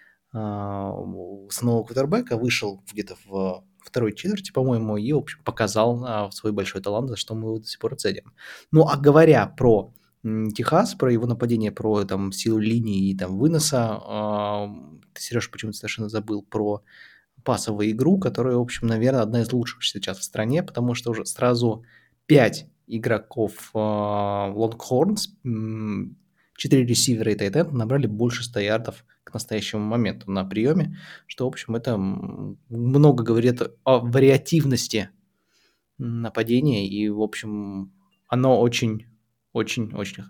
с нового квотербека, вышел где-то в второй четверти, по-моему, и, в общем, показал свой большой талант, за что мы его до сих пор ценим. Ну, а говоря про Техас, про его нападение, про там силу линии и там выноса, Сереж почему-то совершенно забыл про пасовую игру, которая, в общем, наверное, одна из лучших сейчас в стране, потому что уже сразу 5 игроков Longhorns, 4 ресивера и тайтенд набрали больше 100 ярдов к настоящему моменту на приеме, что, в общем, это много говорит о вариативности нападения, и, в общем, оно очень-очень-очень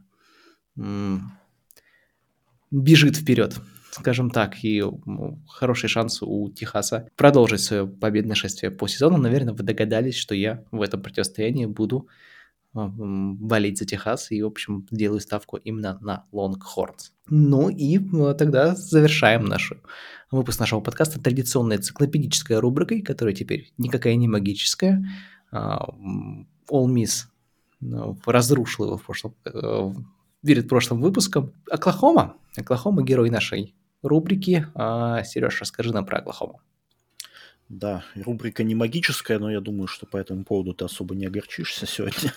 бежит вперед, скажем так, и хороший шанс у Техаса продолжить свое победное шествие по сезону. Наверное, вы догадались, что я в этом противостоянии буду болеть за Техас и, в общем, делаю ставку именно на Longhorns. Ну и тогда завершаем выпуск нашего подкаста традиционной энциклопедической рубрикой, которая теперь никакая не магическая. All Miss разрушил его перед прошлым выпуском. Оклахома герой нашей рубрики. Сереж, расскажи нам про Оклахому. Да, рубрика не магическая, но я думаю, что по этому поводу ты особо не огорчишься сегодня.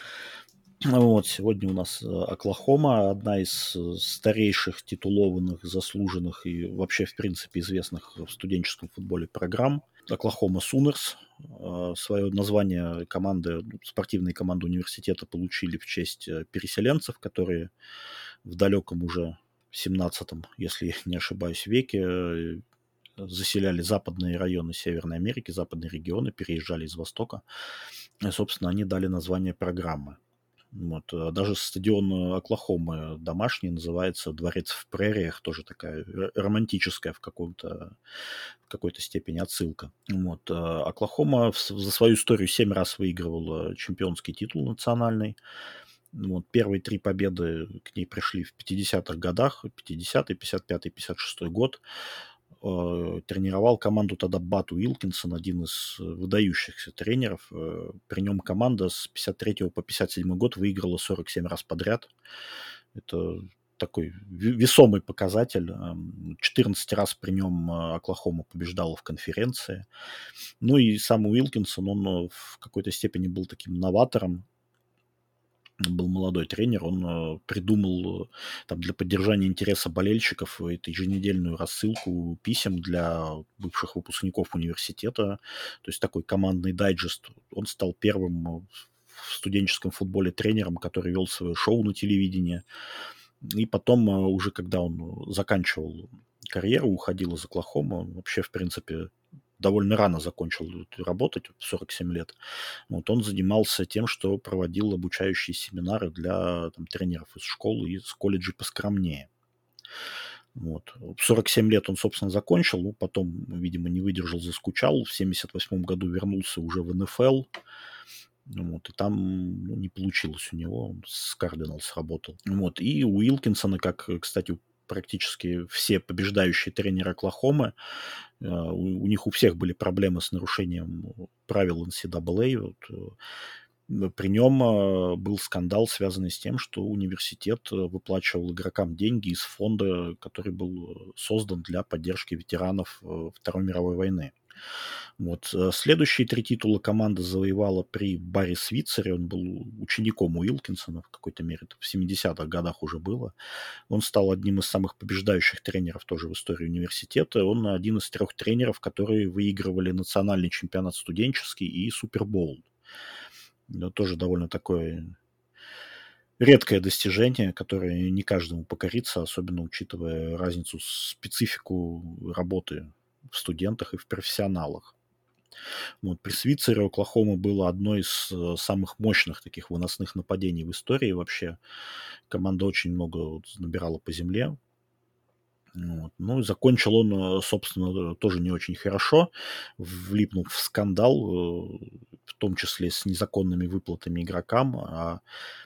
Вот, сегодня у нас Оклахома, одна из старейших, титулованных, заслуженных и вообще, в принципе, известных в студенческом футболе программ. Оклахома Сунерс. Свое название спортивные команды университета получили в честь переселенцев, которые в далеком уже 17-м, если не ошибаюсь, веке заселяли западные районы Северной Америки, западные регионы, переезжали из Востока. И, собственно, они дали название программы. Вот. Даже стадион Оклахомы домашний называется «Дворец в прериях», тоже такая романтическая в какой-то степени отсылка. Вот. Оклахома за свою историю 7 раз выигрывала чемпионский титул национальный. Вот. Первые 3 победы к ней пришли в 50-х годах, 50-й, 55-й, 56-й год. Тренировал команду тогда Бат Уилкинсон, один из выдающихся тренеров. При нем команда с 53 по 57 год выиграла 47 раз подряд. Это такой весомый показатель. 14 раз при нем Оклахома побеждала в конференции. Ну и сам Уилкинсон, он в какой-то степени был таким новатором. Был молодой тренер, он придумал там, для поддержания интереса болельщиков эту еженедельную рассылку писем для бывших выпускников университета, то есть такой командный дайджест. Он стал первым в студенческом футболе тренером, который вел свое шоу на телевидении. И потом, уже когда он заканчивал карьеру, уходил из Оклахомы, он вообще, в принципе, довольно рано закончил работать, в 47 лет. Вот он занимался тем, что проводил обучающие семинары для тренеров из школ и из колледжей поскромнее. Вот. В 47 лет он, собственно, закончил, но потом, видимо, не выдержал, заскучал. В 78 году вернулся уже в НФЛ. Вот, и там не получилось у него, он с Кардиналс работал. Вот, и у Уилкинсона, как, кстати, практически все побеждающие тренеры Оклахомы, у них у всех были проблемы с нарушением правил NCAA. Вот, при нем был скандал, связанный с тем, что университет выплачивал игрокам деньги из фонда, который был создан для поддержки ветеранов Второй мировой войны. Вот. Следующие 3 титула команда завоевала при Барри Свитцере. Он был учеником Уилкинсона в какой-то мере. Это в 70-х годах уже было. Он стал одним из самых побеждающих тренеров тоже в истории университета. Он один из 3 тренеров, которые выигрывали национальный чемпионат студенческий и Супербоул. Это тоже довольно такое редкое достижение, которое не каждому покорится, особенно учитывая разницу, специфику работы в студентах и в профессионалах. Вот, при Свитцере Оклахома было одно из самых мощных таких выносных нападений в истории вообще. Команда очень много набирала по земле. Вот. Ну, и закончил он, собственно, тоже не очень хорошо, влипнул в скандал, в том числе с незаконными выплатами игрокам, а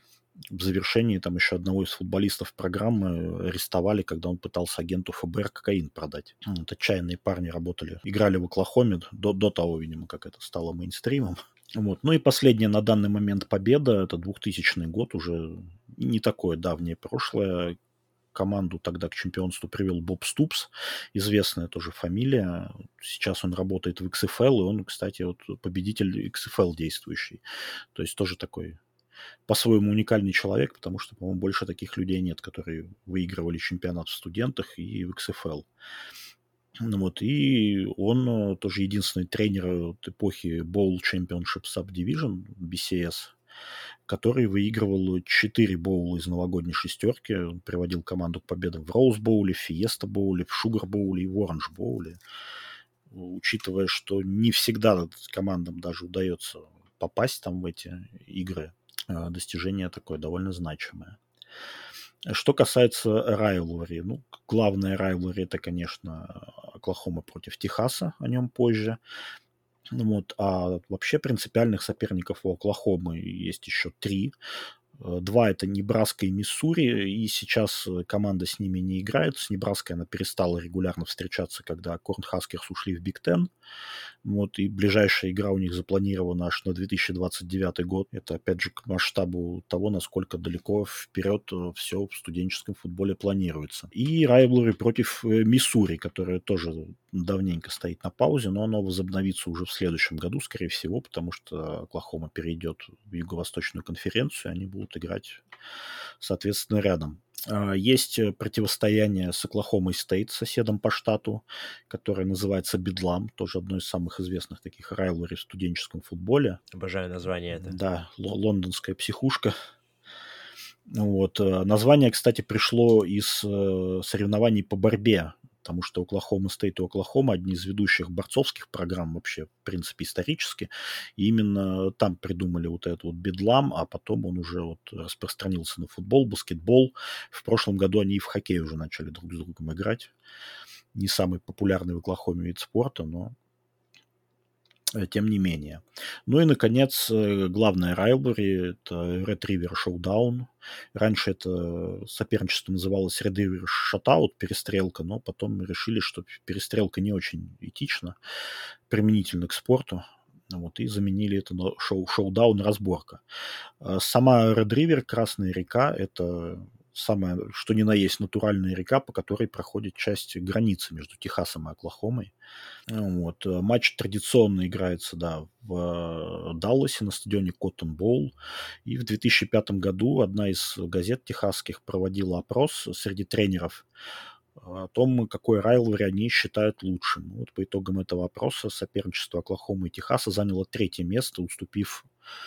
в завершении там еще одного из футболистов программы арестовали, когда он пытался агенту ФБР кокаин продать. Вот, отчаянные парни работали, играли в Оклахоме до того, видимо, как это стало мейнстримом. Вот. Ну и последняя на данный момент победа, это 2000 год, уже не такое давнее прошлое. Команду тогда к чемпионству привел Боб Ступс, известная тоже фамилия. Сейчас он работает в XFL, и он, кстати, вот победитель XFL действующий. То есть тоже такой по-своему уникальный человек, потому что, по-моему, больше таких людей нет, которые выигрывали чемпионат в студентах и в XFL. Ну вот, и он тоже единственный тренер эпохи Bowl Championship Subdivision, BCS, который выигрывал 4 боула из новогодней шестерки. Он приводил команду к победам в Роуз-боуле, в Фиеста-боуле, в Шугар-боуле и в Оранж-боуле. Учитывая, что не всегда командам даже удается попасть там в эти игры, достижение такое довольно значимое. Что касается райвлари, ну, главная райвлари это, конечно, Оклахома против Техаса, о нем позже. Вот, а вообще принципиальных соперников у Оклахомы есть еще 3. 2 это Небраска и Миссури, и сейчас команда с ними не играет. С Небраской она перестала регулярно встречаться, когда Корнхаскерс ушли в Биг Тен. Вот, и ближайшая игра у них запланирована аж на 2029 год. Это, опять же, к масштабу того, насколько далеко вперед все в студенческом футболе планируется. И райвлари против Миссури, которая тоже давненько стоит на паузе, но оно возобновится уже в следующем году, скорее всего, потому что Оклахома перейдет в Юго-Восточную конференцию, и они будут играть, соответственно, рядом. Есть противостояние с Оклахомой Стейт, соседом по штату, которое называется Бедлам, тоже одно из самых известных таких райвлари в студенческом футболе. Обожаю название это. Да, лондонская психушка. Вот. Название, кстати, пришло из соревнований по борьбе, потому что Оклахома Стейт и Оклахома одни из ведущих борцовских программ вообще, в принципе, исторически. И именно там придумали вот этот вот бедлам, а потом он уже вот распространился на футбол, баскетбол. В прошлом году они и в хоккей уже начали друг с другом играть. Не самый популярный в Оклахоме вид спорта, но тем не менее. Ну и, наконец, главная райвлари – это Red River Showdown. Раньше это соперничество называлось Red River Shutout, перестрелка, но потом решили, что перестрелка не очень этична, применительно к спорту. Вот, и заменили это на шоу-даун, разборка. Сама Red River, Красная река, это самая, что ни на есть, натуральная река, по которой проходит часть границы между Техасом и Оклахомой. Вот. Матч традиционно играется, да, в Далласе на стадионе Коттон Боул. И в 2005 году одна из газет техасских проводила опрос среди тренеров о том, какой райвлари они считают лучшим. Вот по итогам этого опроса соперничество Оклахомы и Техаса заняло 3-е место, уступив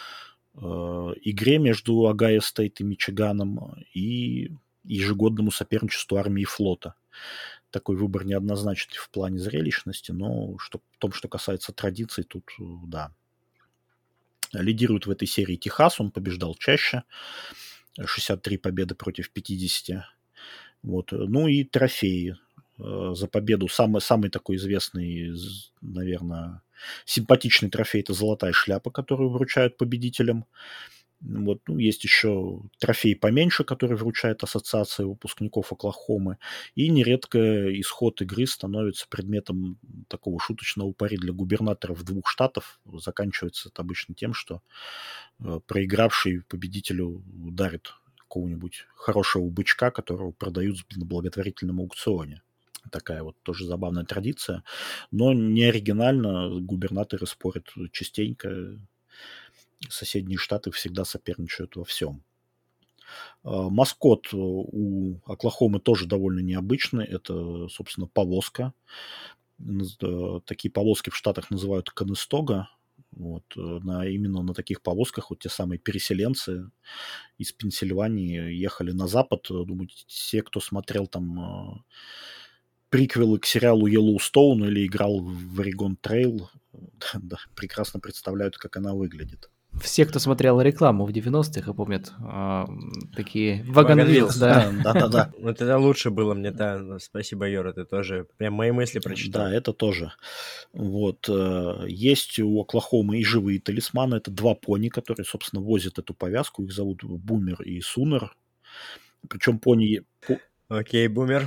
игре между Огайо Стейт и Мичиганом и ежегодному соперничеству армии и флота. Такой выбор неоднозначный в плане зрелищности, но в том, что касается традиций, тут, да. Лидирует в этой серии Техас, он побеждал чаще. 63 победы против 50. Вот. Ну и трофеи. За победу самый такой известный, наверное, симпатичный трофей – это золотая шляпа, которую вручают победителям. Вот. Ну, есть еще трофей поменьше, который вручает Ассоциация выпускников Оклахомы. И нередко исход игры становится предметом такого шуточного пари для губернаторов двух штатов. Заканчивается это обычно тем, что проигравший победителю дарит какого-нибудь хорошего бычка, которого продают на благотворительном аукционе. Такая вот тоже забавная традиция. Но не оригинально. Губернаторы спорят частенько. Соседние штаты всегда соперничают во всем. Маскот у Оклахомы тоже довольно необычный. Это, собственно, повозка. Такие повозки в Штатах называют Канестога. Вот. Именно на таких повозках вот те самые переселенцы из Пенсильвании ехали на запад. Думаю, все, кто смотрел там приквелы к сериалу Йеллоустоун или играл в Орегон Трейл, да, прекрасно представляют, как она выглядит. Все, кто смотрел рекламу в 90-х, помнят такие Wagon Wheels, да. Да. Вот это лучше было мне, да. Спасибо, Юра, ты тоже прям мои мысли прочитал. Да, это тоже. Вот. Есть у Оклахомы и живые талисманы. Это два пони, которые, собственно, возят эту повязку. Их зовут Бумер и Сунер. Причем пони... Окей, Бумер.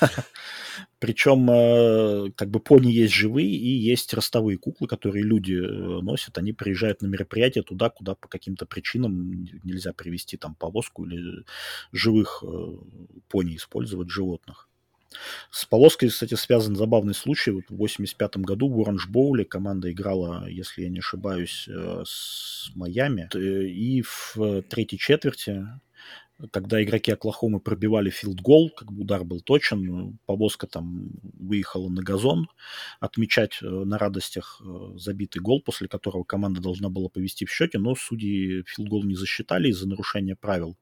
Причем, как бы пони есть живые и есть ростовые куклы, которые люди носят. Они приезжают на мероприятие туда, куда по каким-то причинам нельзя привезти там повозку или живых пони использовать, животных. С повозкой, кстати, связан забавный случай. Вот в 1985 году в Оранж-Боуле команда играла, если я не ошибаюсь, с Майами. И в третьей четверти, когда игроки Оклахомы пробивали филд-гол, как бы удар был точен, повозка там выехала на газон отмечать на радостях забитый гол, после которого команда должна была повести в счете, но судьи филд-гол не засчитали из-за нарушения правил.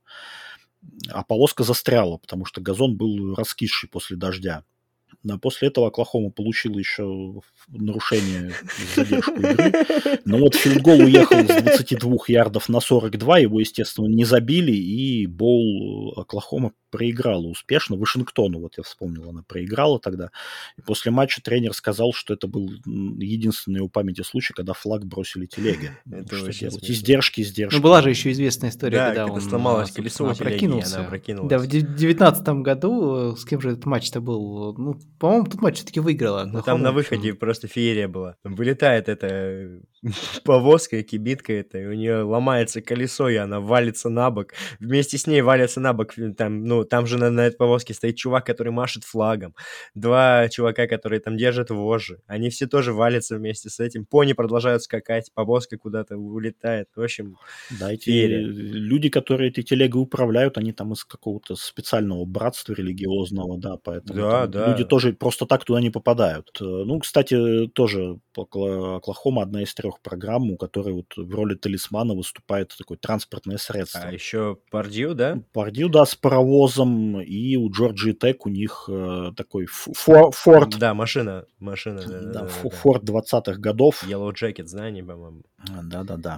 А повозка застряла, потому что газон был раскисший после дождя. Но после этого Оклахома получила еще нарушение за задержку игры. Но вот филд-гол уехал с 22 ярдов на 42, его, естественно, не забили, и боул Оклахома проиграла успешно. Вашингтону, вот я вспомнил, она проиграла тогда. И после матча тренер сказал, что это был единственный у памяти случай, когда флаг бросили телеге. Что делать? Издержки. Ну, была же еще известная история, да, когда он сломалось колесо у телеги, и она опрокинулась. Да, в 2019 году, с кем же этот матч-то был? Ну, по-моему, тут матч все-таки выиграла. Ну, там на выходе просто феерия была. Вылетает эта повозка, кибитка эта, и у нее ломается колесо, и она валится на бок. Вместе с ней валится на бок, там же на этой повозке стоит чувак, который машет флагом. Два чувака, которые там держат вожжи. Они все тоже валятся вместе с этим. Пони продолжают скакать, повозка куда-то улетает. В общем, да, эти люди, которые этой телегой управляют, они там из какого-то специального братства религиозного, да, поэтому люди тоже просто так туда не попадают. Ну, кстати, тоже Оклахома одна из 3 программ, у которой вот в роли талисмана выступает такое транспортное средство. А еще Пардью, да? Пардью, да, с паровозом, и у Джорджии Тек у них такой Форд. Да, машина. Да, Форд 20-х годов. Yellow Jacket, знаний, по-моему. Да.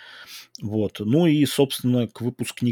Вот. Ну и, собственно, к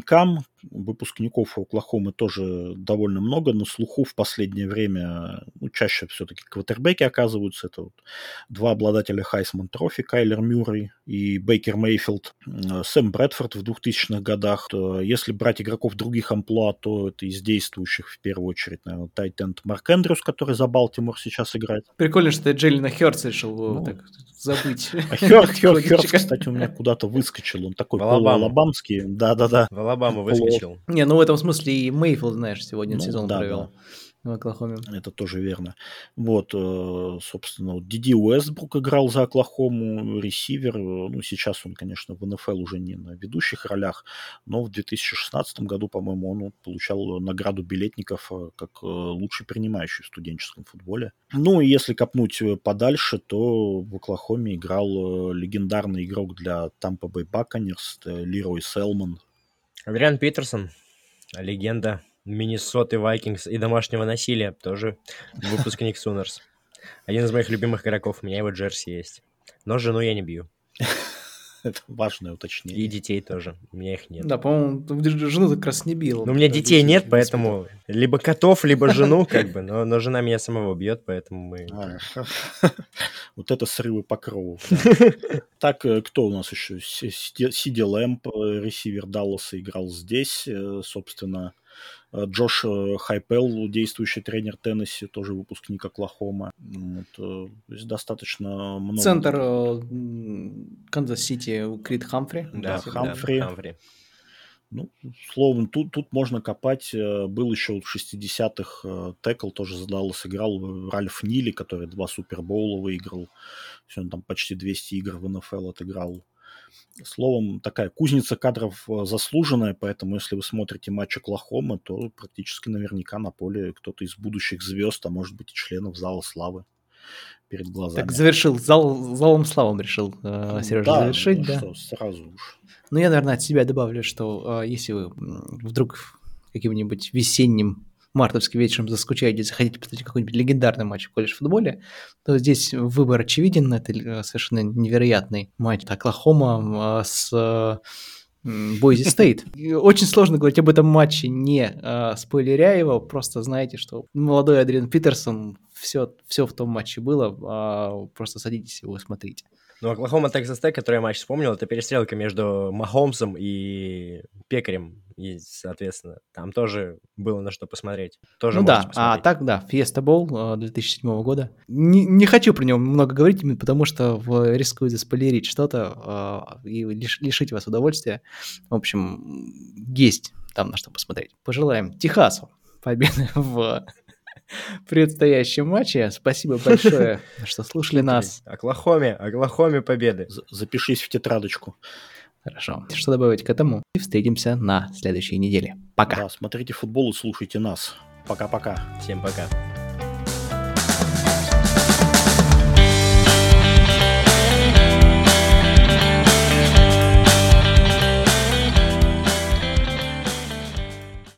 выпускников Оклахомы тоже довольно много. На слуху в последнее время чаще все-таки квотербеки оказываются. Это вот 2 обладателя Хайсман Трофи, Кайлер Мюррей и Бейкер Мейфилд. Сэм Брэдфорд в 2000-х годах. Если брать игроков других амплуа, то это из действующих в первую очередь, наверное, тайт-энд Марк Эндрюс, который за Балтимор сейчас играет. Прикольно, что ты Джейлина Хёртс решил так забыть. А Хёртс, кстати, у меня куда-то выскочил. Он такой полуалабамский. Да. В Алабаму выскочил. Не, ну в этом смысле и Мейфилд, знаешь, сегодня сезон провел. в Оклахоме. Это тоже верно. Вот, собственно, вот Диди Уэстбрук играл за Оклахому, ресивер. Ну, сейчас он, конечно, в НФЛ уже не на ведущих ролях, но в 2016 году, по-моему, он получал награду билетников как лучший принимающий в студенческом футболе. Ну, и если копнуть подальше, то в Оклахоме играл легендарный игрок для Tampa Bay Buccaneers Лерой Селман. Адриан Питерсон, легенда Миннесоты Вайкингс и домашнего насилия, тоже выпускник Сунерс. Один из моих любимых игроков, у меня его джерси есть. Но жену я не бью. Это важное И уточнение. детей тоже, у меня их нет. Да, по-моему, жену как раз не бил. Ну, у меня детей нет, поэтому либо котов, либо жену, как бы, но жена меня самого бьет, поэтому мы... Вот это срывы по крову. Так, кто у нас еще? Сиди Лэмп, ресивер Далласа, играл здесь. Собственно, Джош Хайпелл, действующий тренер Теннесси, тоже выпускник Оклахома. Вот, то есть достаточно много. Центр Канзас-Сити Крид Хамфри. Да, Хамфри. Ну, словом, тут можно копать. Был еще в 60-х текл, тоже за Даллас играл, Ральф Нили, который 2 Супербоула выиграл. Все, он там почти 200 игр в НФЛ отыграл. Словом, такая кузница кадров заслуженная, поэтому если вы смотрите матч Оклахомы, то практически наверняка на поле кто-то из будущих звезд, а может быть и членов Зала Славы перед глазами. Так завершил, залом славом решил Сережа завершить, да? Что, сразу уж. Ну, я, наверное, от себя добавлю, что если вы вдруг каким-нибудь весенним мартовским вечером заскучаете, захотите посмотреть какой-нибудь легендарный матч в колледж-футболе, то здесь выбор очевиден, это совершенно невероятный матч Оклахома с Бойзи Стейт. Очень сложно говорить об этом матче, не спойлеря его, просто знаете, что молодой Адриан Питерсон, все в том матче было, просто садитесь его и смотрите. Ну, Оклахома Texas Tech, который я матч вспомнил, это перестрелка между Махомсом и Пекарем, и, соответственно, там тоже было на что посмотреть. Тоже ну да, а так, да, Fiesta Bowl 2007 года. Не хочу про него много говорить, именно потому что рискую заспойлерить что-то и лишить вас удовольствия. В общем, есть там на что посмотреть. Пожелаем Техасу победы в предстоящем матче. Спасибо большое, что слушали нас. Оклахоме победы. Запишись в тетрадочку. Хорошо. Что добавить к этому? И встретимся на следующей неделе. Пока. Да, смотрите футбол и слушайте нас. Пока-пока. Всем пока.